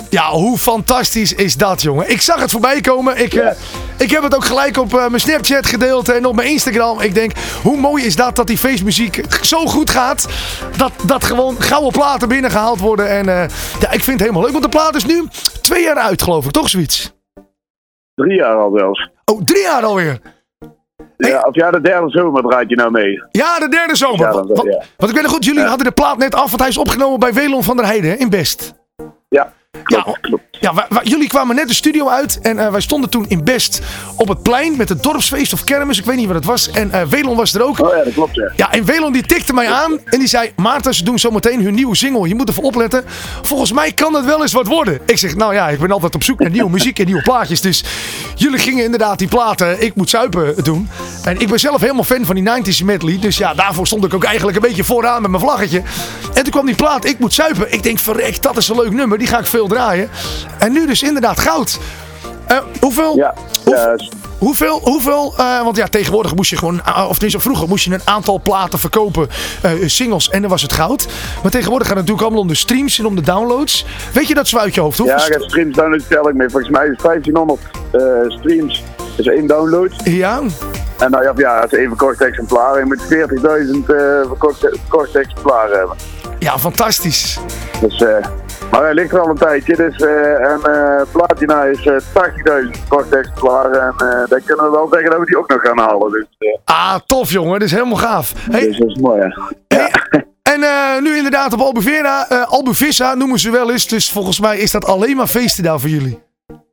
Ja, hoe fantastisch is dat, jongen. Ik zag het voorbij komen. Ik, Ja. eh, ik heb het ook gelijk op uh, mijn Snapchat gedeeld en op mijn Instagram. Ik denk, hoe mooi is dat dat die feestmuziek zo goed gaat. Dat, dat gewoon gouden platen binnengehaald worden. En uh, ja, ik vind het helemaal leuk. Want de plaat is nu twee jaar uit, geloof ik. Toch zoiets? Drie jaar al zelfs. Oh, drie jaar alweer. Hey. Ja, of ja, de derde zomer draait je nou mee. Ja, de derde zomer. Ja, dat- want, ja. want ik weet nog goed, jullie Ja. hadden de plaat net af. Want hij is opgenomen bij Welon van der Heijden hè, in Best. Ja, Ja, klopt. klopt. Ja, wij- wij- jullie kwamen net de studio uit en uh, wij stonden toen in Best op het plein met het dorpsfeest of kermis, ik weet niet wat het was. En uh, Welon was er ook. Oh ja, dat klopt, ja. Ja, en Welon die tikte mij aan en die zei, Maarten, ze doen zometeen hun nieuwe single. Je moet ervoor opletten. Volgens mij kan dat wel eens wat worden. Ik zeg, nou ja, ik ben altijd op zoek naar nieuwe muziek en nieuwe plaatjes. Dus jullie gingen inderdaad die platen Ik Moet Zuipen doen. En ik ben zelf helemaal fan van die nineties medley. Dus ja, daarvoor stond ik ook eigenlijk een beetje vooraan met mijn vlaggetje. En toen kwam die plaat Ik Moet Zuipen. Ik denk, verrek, dat is een leuk nummer. Die ga ik veel draaien. En nu dus inderdaad goud. Uh, hoeveel... Ja, hoe- ja, s- Hoeveel, hoeveel uh, want ja, tegenwoordig moest je gewoon, uh, of tenminste vroeger moest je een aantal platen verkopen, uh, singles en dan was het goud. Maar tegenwoordig gaat het natuurlijk allemaal om de streams en om de downloads. Weet je dat zo uit je hoofd? Hoeveel ja, st- ik heb streams download tel ik mee. Volgens mij is het vijftienhonderd eh, streams. is één download. ja, En dan ja, ja, het is één verkocht exemplaar. Je moet veertigduizend eh verkochte, verkochte exemplaren hebben. ja, fantastisch. Dus, eh, maar hij ligt er al een tijdje. Dus, eh, en eh Platina is eh, tachtigduizend verkochte exemplaren. En eh dan kunnen we wel zeggen dat we die ook nog gaan halen. Dus, eh, Ah, tof jongen, dat is helemaal gaaf. Hey, dus dat is mooi, hè. hey, en uh, nu inderdaad op Albufeira, uh, Albufissa noemen ze wel eens. Dus volgens mij is dat alleen maar feesten daar voor jullie.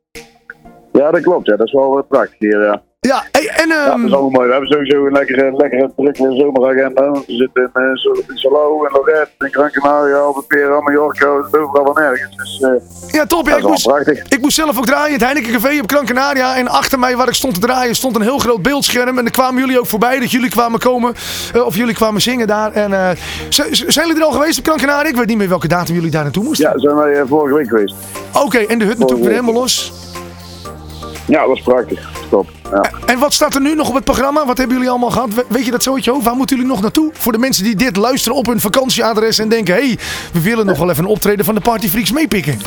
Ja, dat klopt. Ja. Dat is wel uh, prachtig hier, ja. Ja, hey, en Ja, um, dat is allemaal mooi. We hebben sowieso een lekkere, lekkere drukke zomeragenda. We zitten in, uh, Sal- in Salou, in Lorette, in Gran Canaria, Albufeira, Mallorca, het is overal en nergens. Dus uh, ja, top. Ja, dat ik, is moest, wel prachtig. ik moest zelf ook draaien. Het Heineken Café op Gran Canaria. En achter mij, waar ik stond te draaien, stond een heel groot beeldscherm. En daar kwamen jullie ook voorbij. Dat jullie kwamen komen. Uh, of jullie kwamen zingen daar. En, uh, z- z- zijn jullie er al geweest op Gran Canaria? Ik weet niet meer welke datum jullie daar naartoe moesten. Ja, zijn wij uh, vorige week geweest. Oké, en de hut natuurlijk weer week. helemaal los. Ja, dat was prachtig. Top. Ja. En wat staat er nu nog op het programma? Wat hebben jullie allemaal gehad? We- Weet je dat zo uit je hoofd? Waar moeten jullie nog naartoe? Voor de mensen die dit luisteren op hun vakantieadres en denken... hé, hey, we willen nog wel even een optreden van de Party Freaks meepikken.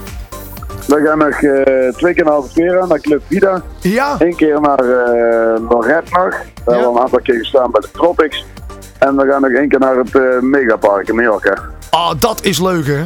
We gaan nog uh, twee keer naar Albufeira, naar Club Vida. Ja, Eén keer naar uh, Lorette nog. Daar Ja. hebben we een aantal keer gestaan bij de Tropics. En we gaan nog één keer naar het uh, Megapark in Mallorca. ah, dat is leuk hè.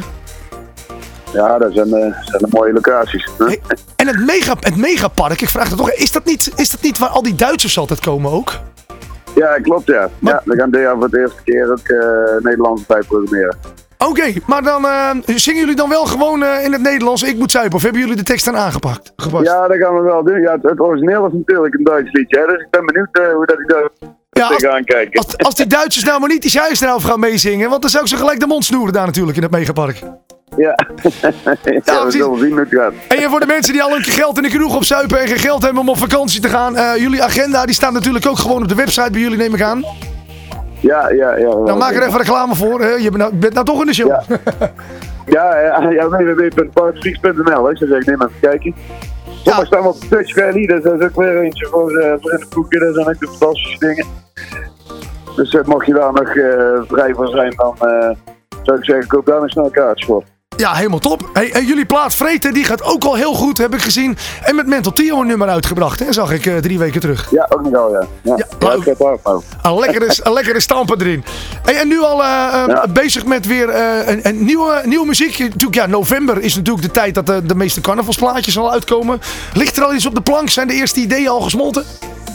Ja, dat zijn, uh, zijn de mooie locaties. Hè? Hey, en het, mega, het megapark, ik vraag het toch, is dat, niet, is dat niet waar al die Duitsers altijd komen ook? Ja, klopt ja. Maar- Ja, we gaan dit jaar voor de eerste keer ook uh, Nederlandse tijd programmeren. Oké, maar dan uh, zingen jullie dan wel gewoon uh, in het Nederlands Ik Moet Zuipen? Of hebben jullie de tekst aan aangepakt? Gepast? Ja, dat gaan we wel doen. Ja, het, het origineel is natuurlijk een Duits liedje. Hè? Dus ik ben benieuwd uh, hoe dat die Duitsers Ja, als, tegenaan kijken. als, als die Duitsers nou maar niet die Scheisstraaf gaan meezingen, want dan zou ik ze gelijk de mond snoeren daar natuurlijk in het megapark. Ja, ja, we precies. zullen zien hoe het gaat. En voor de mensen die al een keer geld in de kroeg opzuipen en geen geld hebben om op vakantie te gaan. Uh, jullie agenda die staat natuurlijk ook gewoon op de website bij jullie, neem ik aan. Ja, ja, ja. Nou, maak er even reclame voor. Hè? Je bent nou, bent nou toch in de show. Ja. Ja, ja, ja, w w w punt partyfreaks punt n l. Ik zou zeggen, neem even kijken. Sommige staan wel op Touch Valley, dus dat is ook weer eentje voor, uh, voor in de koeken. Dat zijn ook de fantastische dingen. Dus uh, mocht je daar nog uh, vrij voor zijn, dan uh, zou ik zeggen, koop daar een snel kaartje voor. Ja, helemaal top. Hey, en jullie plaat Vreten, die gaat ook al heel goed, heb ik gezien. En met Mental Tio een nummer uitgebracht, hè? Zag ik uh, drie weken terug. Ja, ook nog al, ja. Ja, Ja, ja, leuk. het gaat hard nou. Een lekkere, een lekkere stampen erin. Hey, en nu al uh, uh, Ja. bezig met weer uh, een, een nieuwe, nieuwe muziek. Natuurlijk, ja, november is natuurlijk de tijd dat de, de meeste carnavalsplaatjes al uitkomen. Ligt er al iets op de plank? Zijn de eerste ideeën al gesmolten?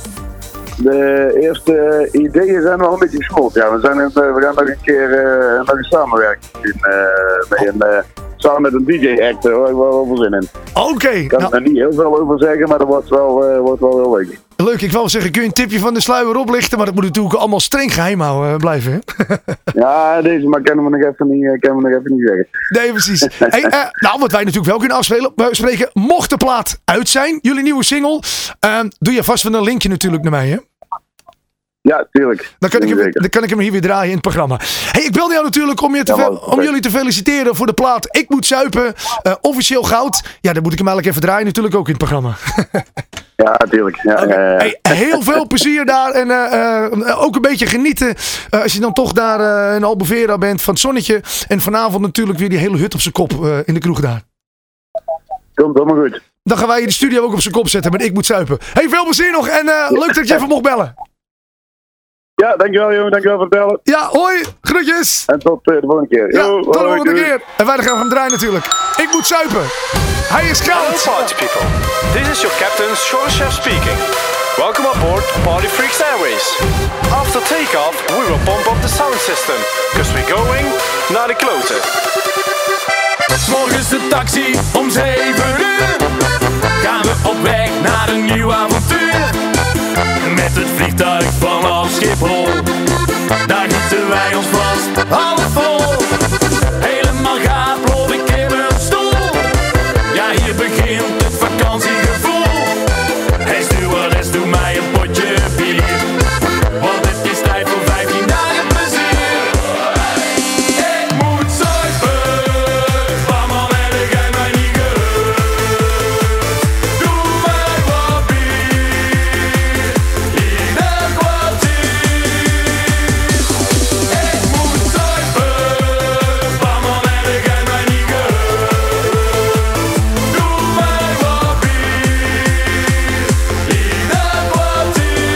De eerste ideeën zijn wel een beetje gesmolten. Ja, we, zijn, in, uh, we gaan nog een keer uh, nog een samenwerking doen. Uh, met een, uh, samen met een D J-act, daar heb ik wel veel zin in. Oké, Ik kan nou, er niet heel veel over zeggen, maar dat wordt wel, uh, wordt wel heel leuk. leuk. Ik wou zeggen, kun je een tipje van de sluier oplichten? Maar dat moet natuurlijk allemaal streng geheim houden, uh, blijven, hè? Ja, deze maar kunnen we nog even niet, uh, kunnen we nog even niet zeggen. Nee, precies. Hey, uh, nou, wat wij natuurlijk wel kunnen afspelen, uh, spreken, mocht de plaat uit zijn, jullie nieuwe single, uh, doe je vast van een linkje natuurlijk naar mij, hè? Ja, tuurlijk. Dan kan, ik hem, Zeker. dan kan ik hem hier weer draaien in het programma. Hey, ik belde jou natuurlijk om, je te Ja, fel- man, om jullie te feliciteren voor de plaat Ik Moet Zuipen. Uh, officieel goud. Ja, dan moet ik hem eigenlijk even draaien natuurlijk ook in het programma. Ja, tuurlijk. Ja, Oké. uh, Hey, heel veel plezier daar. En uh, uh, ook een beetje genieten. Uh, als je dan toch daar uh, in Albufeira bent van het zonnetje. En vanavond natuurlijk weer die hele hut op zijn kop uh, in de kroeg daar. Komt helemaal goed. Dan gaan wij de studio ook op zijn kop zetten met Ik Moet Zuipen. Hey, veel plezier nog en uh, leuk dat je even mocht bellen. Ja, dankjewel jongen, dankjewel voor het bellen. Ja, hoi, groetjes. En tot uh, de volgende keer. Ja, Yo, tot de hoi, volgende doei. keer. En wij gaan hem draaien natuurlijk. Ik Moet Zuipen. Hij is Hello koud. party people, this is your captain Sean Chef speaking. Welcome aboard Party Freaks Airways. After takeoff we will pump up the sound system, cause we're going naar de kloten. Morgens de taxi om zeven uur. Gaan we op weg naar een nieuw avontuur. Met het vliegtuig vanaf Schiphol. Daar gieten wij ons vast half vol. Helemaal gaaf plof ik in mijn stoel. Ja, hier begint het vakantiegevoel. Hey stewardess, doe mij een potje bier. Want het is tijd voor vijftien dagen plezier. Ik moet zuipen. Barman, en ik heb mij niet gehoord. Doe mij wat bier. In een kwartier. Ik moet zuipen. Barman, en ik heb mij niet gehoord. Doe mij wat bier. In een kwartier.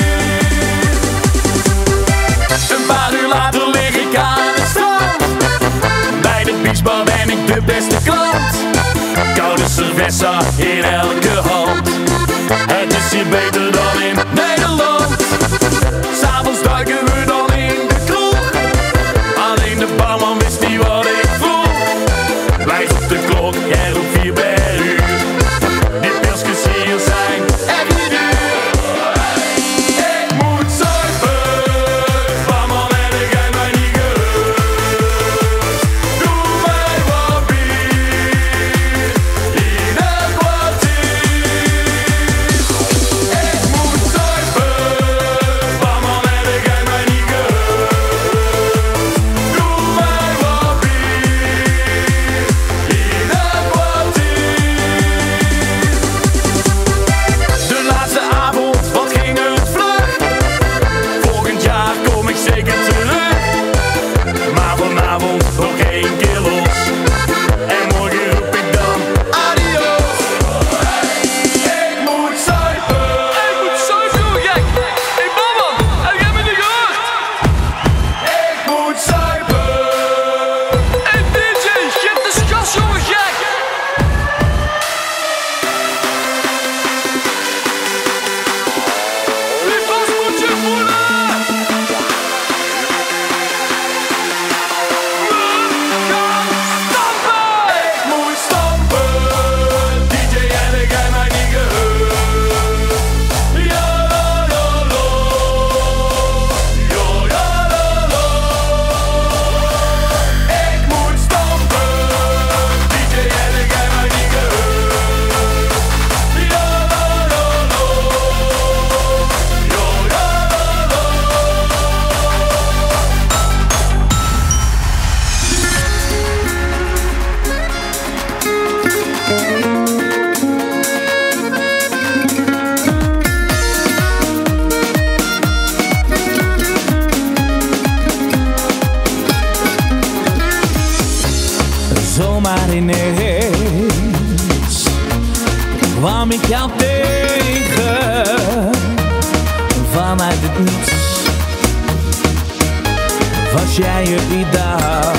Een paar uur later lig ik aan het strand. Bij de beachbar ben ik de beste klant. Koude cerveza in elke hand. Het is hier beter dan in Nederland. S'avonds duiken we dan in de kroeg. Alleen de barman wist niet wat ik vroeg. Wijs op de klok, jij roept vier per uur. Die pilsjes hier zijn echt niet duur. Ik moet zuipen. Barman, en ik heb mij niet gehoord. Doe mij wat bier. In een kwartier. Ik moet zuipen. Barman, en ik heb mij niet gehoord. Doe mij wat bier. In een kwartier. De laatste avond, wat ging het vlug? Volgend jaar kom ik zeker terug. Maar vanavond nog één keer los. En morgen roep ik dan adios. Ik moet zuipen. Ik moet zuipen, joh, gek. Hey, barman, heb jij me niet gehoord? Ik moet zuipen. Hey, D J, geef de gas, jongen, gek. Die bas moet je voelen. Ik moet stampen. D J, en ik heb mij niet gehoord. Ja, la, la, la. Ja, ja, la, la. Ik moet stampen. D J, en ik heb mij niet gehoord. Ja, la, la, la. Ja, ja, la, la. Zomaar ineens kwam ik jou tegen vanuit het niets. Was jij er die dag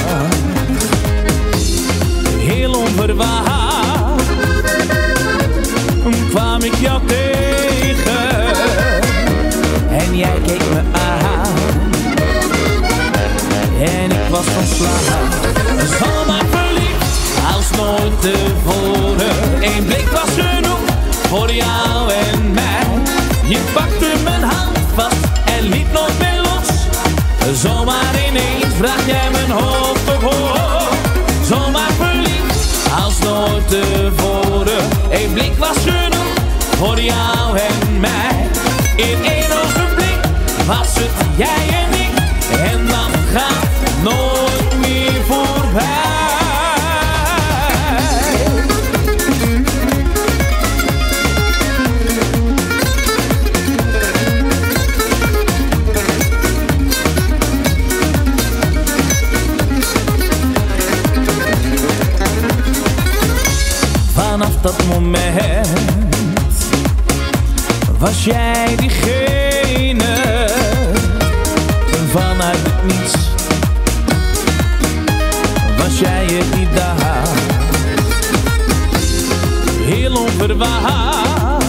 heel onverwacht? Kwam ik jou tegen en jij keek me aan en ik was van slag. Zomaar verliefd als nooit tevoren. Eén blik was genoeg voor jou en mij. Je pakte mijn hand vast en liet nooit meer los. Zomaar ineens bracht jij mijn hoofd op hoog. Zomaar verliefd als nooit tevoren. Eén blik was genoeg voor jou en mij. In één ogenblik was het jij en ik. En dan gaat nooit meer voorbij. Vanaf Was jij diegene vanuit het niets? Was jij het niet daar? Heel onverwacht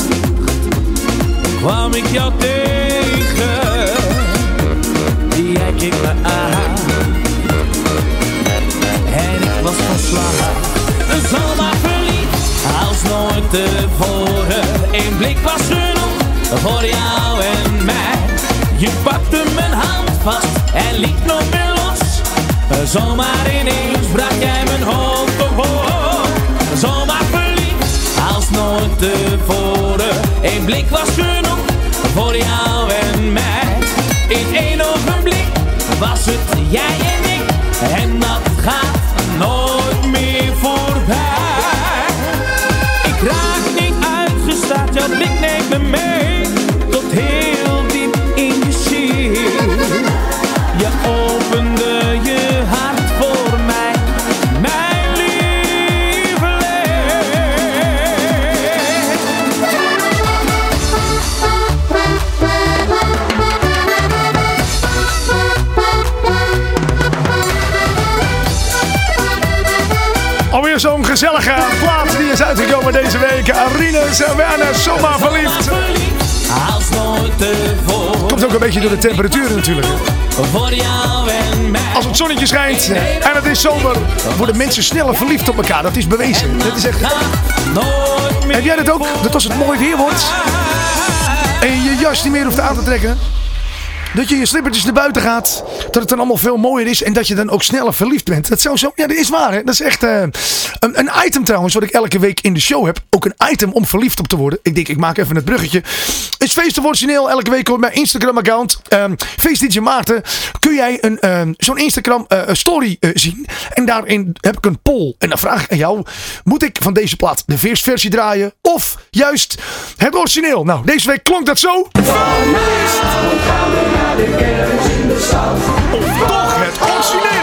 kwam ik jou tegen. Jij keek me aan en ik was van slag. Zomaar verliefd als nooit tevoren. Eén blik was genoeg voor jou en mij. Je pakte mijn hand vast en liet nog meer los. Zomaar ineens brak jij mijn hoofd omhoog. Zomaar verliefd als nooit tevoren. Eén blik was genoeg voor jou en mij. In één ogenblik was het jij en ik. En dat gaat nooit meer voorbij. Ik raak niet uitgestaard, jouw blik neemt me mee. Tot heel diep in je ziel. Je opende je hart voor mij, mijn lieveling. Alweer zo'n gezellige plaat die is uitgekomen deze week. Rinus en Werner, zomaar verliefd. Komt ook een beetje door de temperaturen natuurlijk. Als het zonnetje schijnt en het is zomer, worden mensen sneller verliefd op elkaar. Dat is bewezen. Dat is echt... Heb jij dat ook? Dat als het mooi weer wordt en je je jas niet meer hoeft aan te trekken, dat je je slippertjes naar buiten gaat, dat het dan allemaal veel mooier is en dat je dan ook sneller verliefd bent. Dat zou zo, ja, dat is waar, hè? Dat is echt uh, een, een item trouwens, wat ik elke week in de show heb. Ook een item om verliefd op te worden. Ik denk, ik maak even het bruggetje. Het Feest of Origineel, elke week op mijn Instagram-account. Um, Feest D J Maarten, kun jij een, um, zo'n Instagram uh, story uh, zien. En daarin heb ik een poll. En dan vraag ik aan jou, moet ik van deze plaat de versversie draaien of juist het origineel? Nou, deze week klonk dat zo. De kermis in de stad. Of toch het origineel.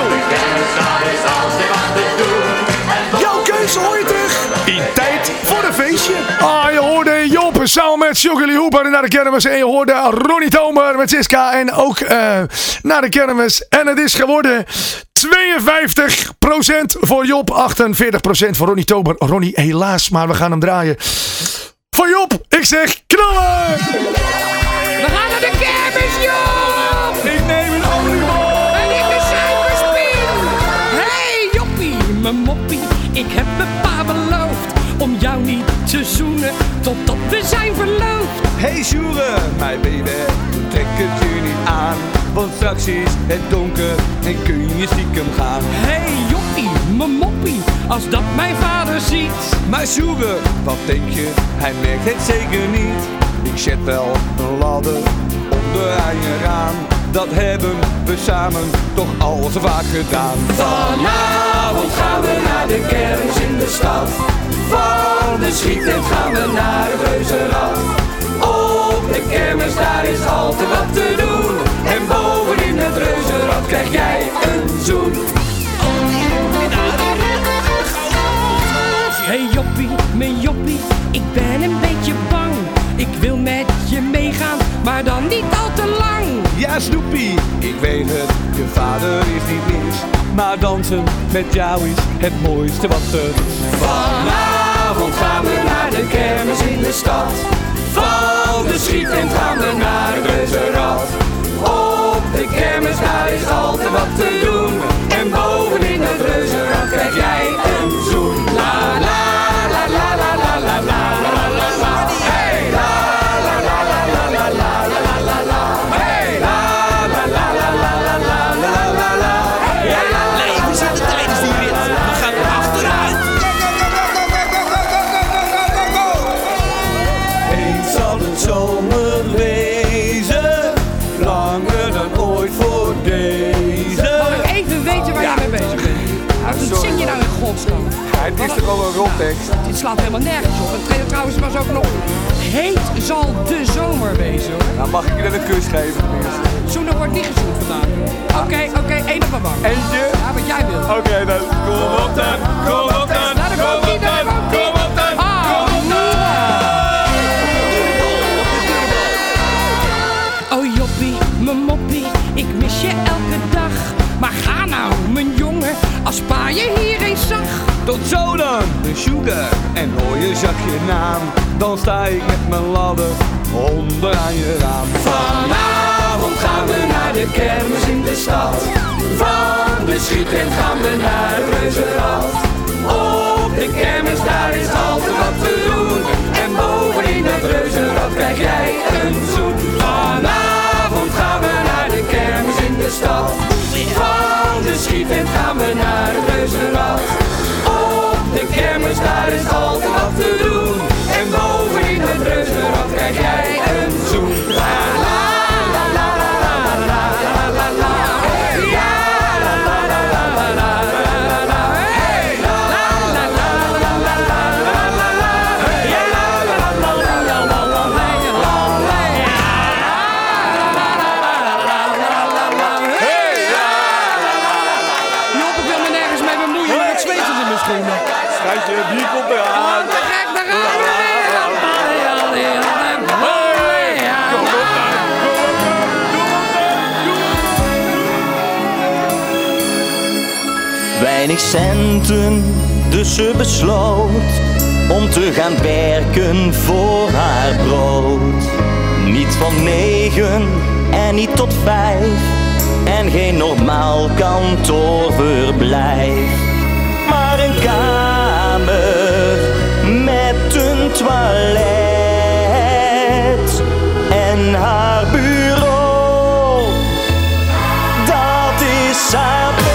Jouw keuze hoor je terug in tijd voor een feestje. Ah, je hoorde Job samen met Sugarly Hooper naar de kermis. En je hoorde Ronnie Tomer met Siska en ook uh, naar de kermis. En het is geworden tweeënvijftig procent voor Job, achtenveertig procent voor Ronnie Tomer. Ronnie helaas, maar we gaan hem draaien. Voor Job, ik zeg knallen! We gaan naar de kermis, Job! Ik neem een oliebol! En ik een suikerspin! Hey, Joppie, mijn moppie, ik heb mijn pa beloofd om jou niet te zoenen totdat we zijn verloofd. Hey Sjoere, mijn baby, trek het je niet aan, want straks is het donker en kun je stiekem gaan. Hey, Joppie, mijn moppie, als dat mijn vader ziet. Maar Sjoere, wat denk je, hij merkt het zeker niet. Ik zet wel een ladder onder aan je raam. Dat hebben we samen toch al zo vaak gedaan. Vanavond gaan we naar de kermis in de stad. Van de schietend gaan we naar het reuzenrad. Op de kermis daar is altijd wat te doen. En bovenin het reuzenrad krijg jij een zoen. Hey Joppie, mijn Joppie, ik ben een beetje bang. Ik wil met je meegaan, maar dan niet al te lang. Ja Snoepie, ik weet het, je vader is niet mis. Maar dansen met jou is het mooiste wat er is. Vanavond gaan we naar de kermis in de stad. Van de schietend gaan we naar het reuzenrad. Op de kermis daar is altijd wat te doen. En bovenin het reuzenrad krijg jij een zoen. La la la la la la la la la la la. Hey la la la la la la la la la la. Hey la la la la la la la la la la. Hey la la. Nee, we zitten tijdens die rit. We gaan achteruit. Eens zal het zomer wezen, langer dan ooit voor deze. Mag ik even weten waar je mee bezig bent? Wat zing je nou in godsnaam? Het is toch al een rottekst? Dit slaat helemaal nergens op. En trouwens was ook nog heet zal de zomer wezen, hoor. Nou, mag ik je dan een kus geven, meneer? Zoenen wordt niet gezoend vandaag. Oké, okay, oké, okay, één op mijn wang. Eentje? Ja, wat jij wil. Oké, okay, dan kom op dan, kom op dan, kom op dan, kom op dan, kom op dan. Maar ga nou, mijn jongen, als pa je hier eens zag. Tot zo dan, de sugar. En hoor je zag je naam, dan sta ik met mijn ladder onderaan je raam. Vanavond gaan we naar de kermis in de stad. Van de schietend gaan we naar het reuzenrad. Op de kermis daar is altijd wat te doen. En bovenin dat reuzenrad krijg jij een zoen. Vanavond gaan we naar de kermis in de stad. Van de schietend gaan we naar het reuzenrad. Op de kermis daar is altijd wat te doen. En bovenin dat reuzenrad krijg jij een zoen. La la la la la la la la la. Ja la la la la la la la la. Hey la la la la la la la la la. Ja la la la la la la la la. Job, ik wil me nergens mee bemoeien, maar het zweet er misschien. Schatje, bier komt eraan. Daar ga ik, daar ga ik weer. Weinig centen, dus ze besloot om te gaan werken voor haar brood. Niet van negen en niet tot vijf en geen normaal kantoorverblijf. Maar een kamer met een toilet en haar bureau, dat is haar bed.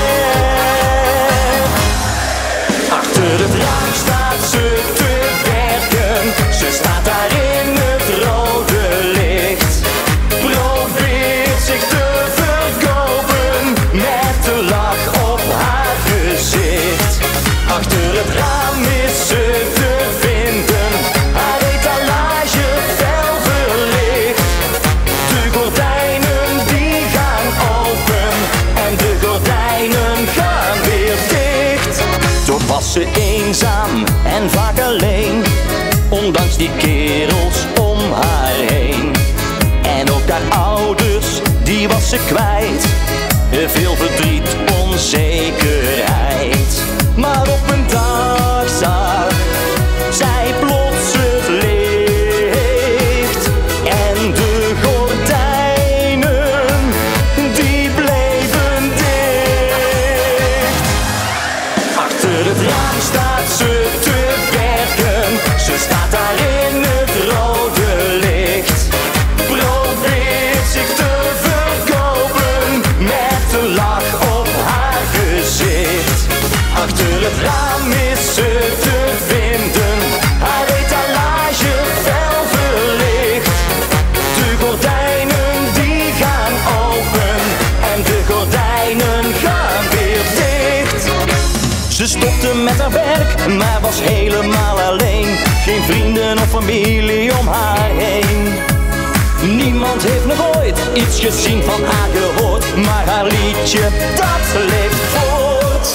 Achter het raam staat ze te werken, ze staat daar in het rode licht. Probeert zich te verkopen met de lach op haar gezicht. Achter het raam is ze te vinden, haar etalage fel verlicht. De gordijnen die gaan open en de gordijnen gaan weer dicht. Toch was ze eenzaam en vaak alleen, ondanks die kerels om haar heen. En ook haar ouders, die was ze kwijt. Veel verdriet, onzekerheid. Maar op een dag zag zij plots het licht. En de gordijnen, die bleven dicht. Achter het raam staat ze te werken, ze staat daar in het rode licht. Probeert zich te verkopen met de lach op haar gezicht. Achter het raam is ze te vinden, haar etalage fel verlicht. De gordijnen die gaan open en de gordijnen gaan weer dicht. Ze stopte met haar werk, maar was helemaal alleen. Geen vrienden of familie om haar heen. Niemand heeft nog ooit iets gezien van haar gehoord, maar haar liedje, dat leeft voort.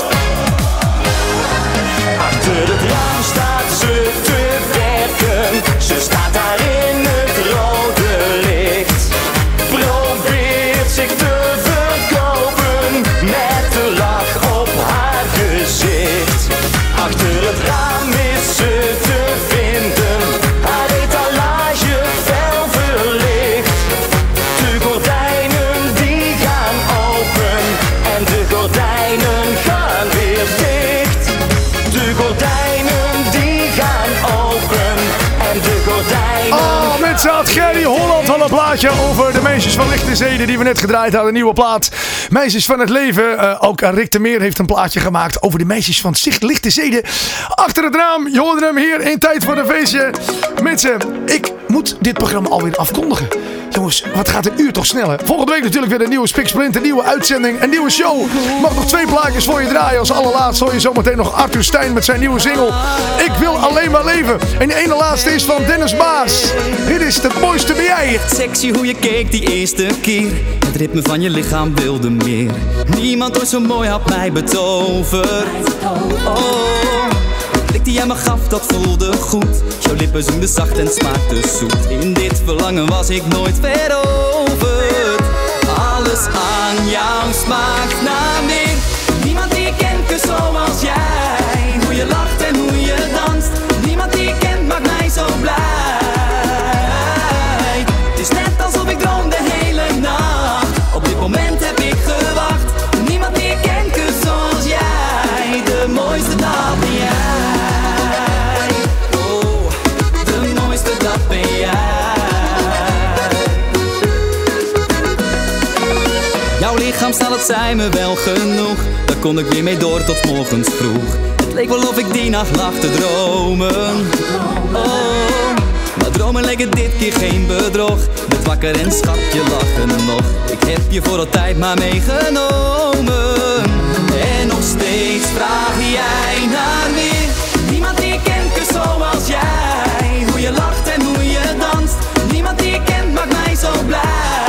Achter het raam staat ze te werken, ze staat daar in het rode licht. Probeert zich te verkopen met de lach op haar gezicht. Achter het raam is ze te vinden, haar etalage fel verlicht. De gordijnen die gaan open en de gordijnen gaan weer dicht. De gordijnen die gaan open en de gordijnen. Oh, mensen, had Gerry Holland al een plaatje over de meisjes van Lichte Zeden die we net gedraaid hadden. Een nieuwe plaat. Meisjes van het leven. Uh, ook Rick de Meer heeft een plaatje gemaakt over de meisjes van Zicht Lichte Zeden. Achter het raam. Je hoorde hem hier in Tijd voor een Feestje. Mensen, ik moet dit programma alweer afkondigen. Jongens, wat gaat een uur toch sneller. Volgende week natuurlijk weer een nieuwe Spik Splint, een nieuwe uitzending, een nieuwe show. Mag nog twee plaatjes voor je draaien. Als allerlaatst hoor je zometeen nog Arthur Stijn met zijn nieuwe single Ik Wil Alleen Maar Leven. En de ene laatste is van Dennis Baas. Dit is Het Mooiste Ben Jij. Sexy hoe je keek die eerste keer. Het ritme van je lichaam wilde meer. Niemand ooit zo mooi had mij betoverd. Oh, de blik die jij me gaf, dat voelde goed. Jouw lippen zoemden zacht en smaakte zoet. In dit verlangen was ik nooit veroverd. Alles aan jou smaakt naar lichaam staat, het zei me wel genoeg. Daar kon ik weer mee door tot morgens vroeg. Het leek wel of ik die nacht lag te dromen. Oh, maar dromen leek het dit keer geen bedrog. Werd wakker en schat, je lachen nog. Ik heb je voor altijd maar meegenomen. En nog steeds vraag jij naar meer. Niemand die ik ken, kus zoals jij. Hoe je lacht en hoe je danst. Niemand die ik ken maakt mij zo blij.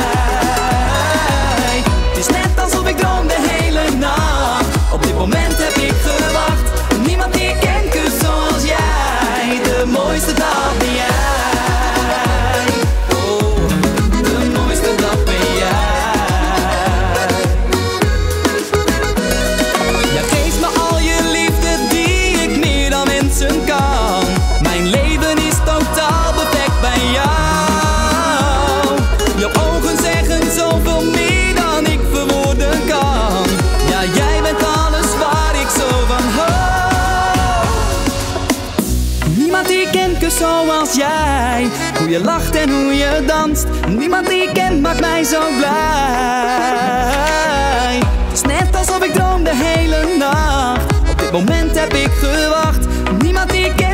Het is net alsof ik droom de hele nacht. Op dit moment heb ik gewacht. Niemand die ik ken, kus zoals jij. De mooiste dag ben jij. Oh, de mooiste dag ben jij. Ja, geef me al je liefde die ik meer dan wensen kan. Mijn leven is totaal perfect bij jou. Jouw ogen zeggen zoveel meer dan ik verwoorden kan. Ja, jij bent alles waar ik zo van hou. Niemand die ik ken, kus zoals jij. Hoe je lacht en hoe je danst. Niemand die ik ken maakt mij zo blij. Het is net alsof ik droom de hele nacht. Op dit moment heb ik gewacht. Niemand die ik ken